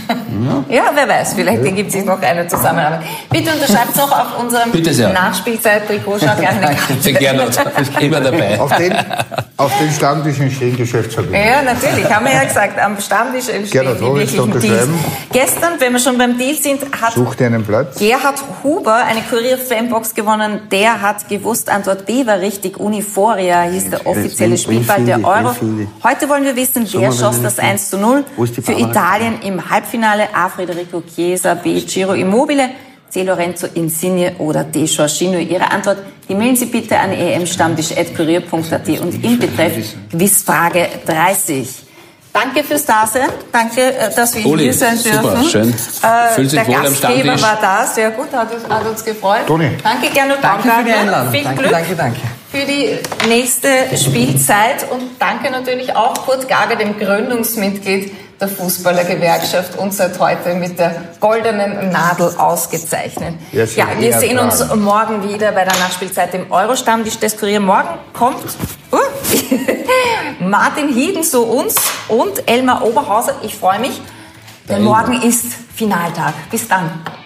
Ja, wer weiß, vielleicht ergibt sich noch eine Zusammenarbeit. Bitte unterschreibt es auch auf unserem Nachspielzeit-Trikot. Schaut gerne eine Karte. Gerne, immer dabei. Auf den Stammtischen stehen Geschäftsverbindungen. Ja, natürlich, haben wir ja gesagt, am Stammtisch stehen die wirklichen Deals. Gestern, wenn wir schon beim Deal sind, hat Gerhard Huber eine Kurier-Fanbox gewonnen. Der hat gewusst, Antwort B war richtig. Uniforia hieß der offizielle Spielball der Euro. Heute wollen wir wissen, wer schoss das 1:0 für Italien im Halbfinale? A. Federico Chiesa, B. Ciro Immobile, C. Lorenzo Insigne oder D. Jorginho. Ihre Antwort, die mailen Sie bitte an emstammtisch@kurier.at und im Betreff Quizfrage 30. Danke fürs Dasein. Danke, dass wir hier sein dürfen. Super, schön. Fühlt sich wohl am Stammtisch. Der Gastgeber war da, sehr gut, hat uns gefreut. Toni. Danke, Gernot Danke für die Einladung. Viel Glück für die nächste Spielzeit und danke natürlich auch Kurt Gager, dem Gründungsmitglied der Fußballergewerkschaft, und seit heute mit der goldenen Nadel ausgezeichnet. Ja, wir sehen uns morgen wieder bei der Nachspielzeit im Euro-Stammtisch des Kurier. Morgen kommt Martin Hieden zu uns und Elmar Oberhauser. Ich freue mich, denn morgen ist Finaltag. Bis dann.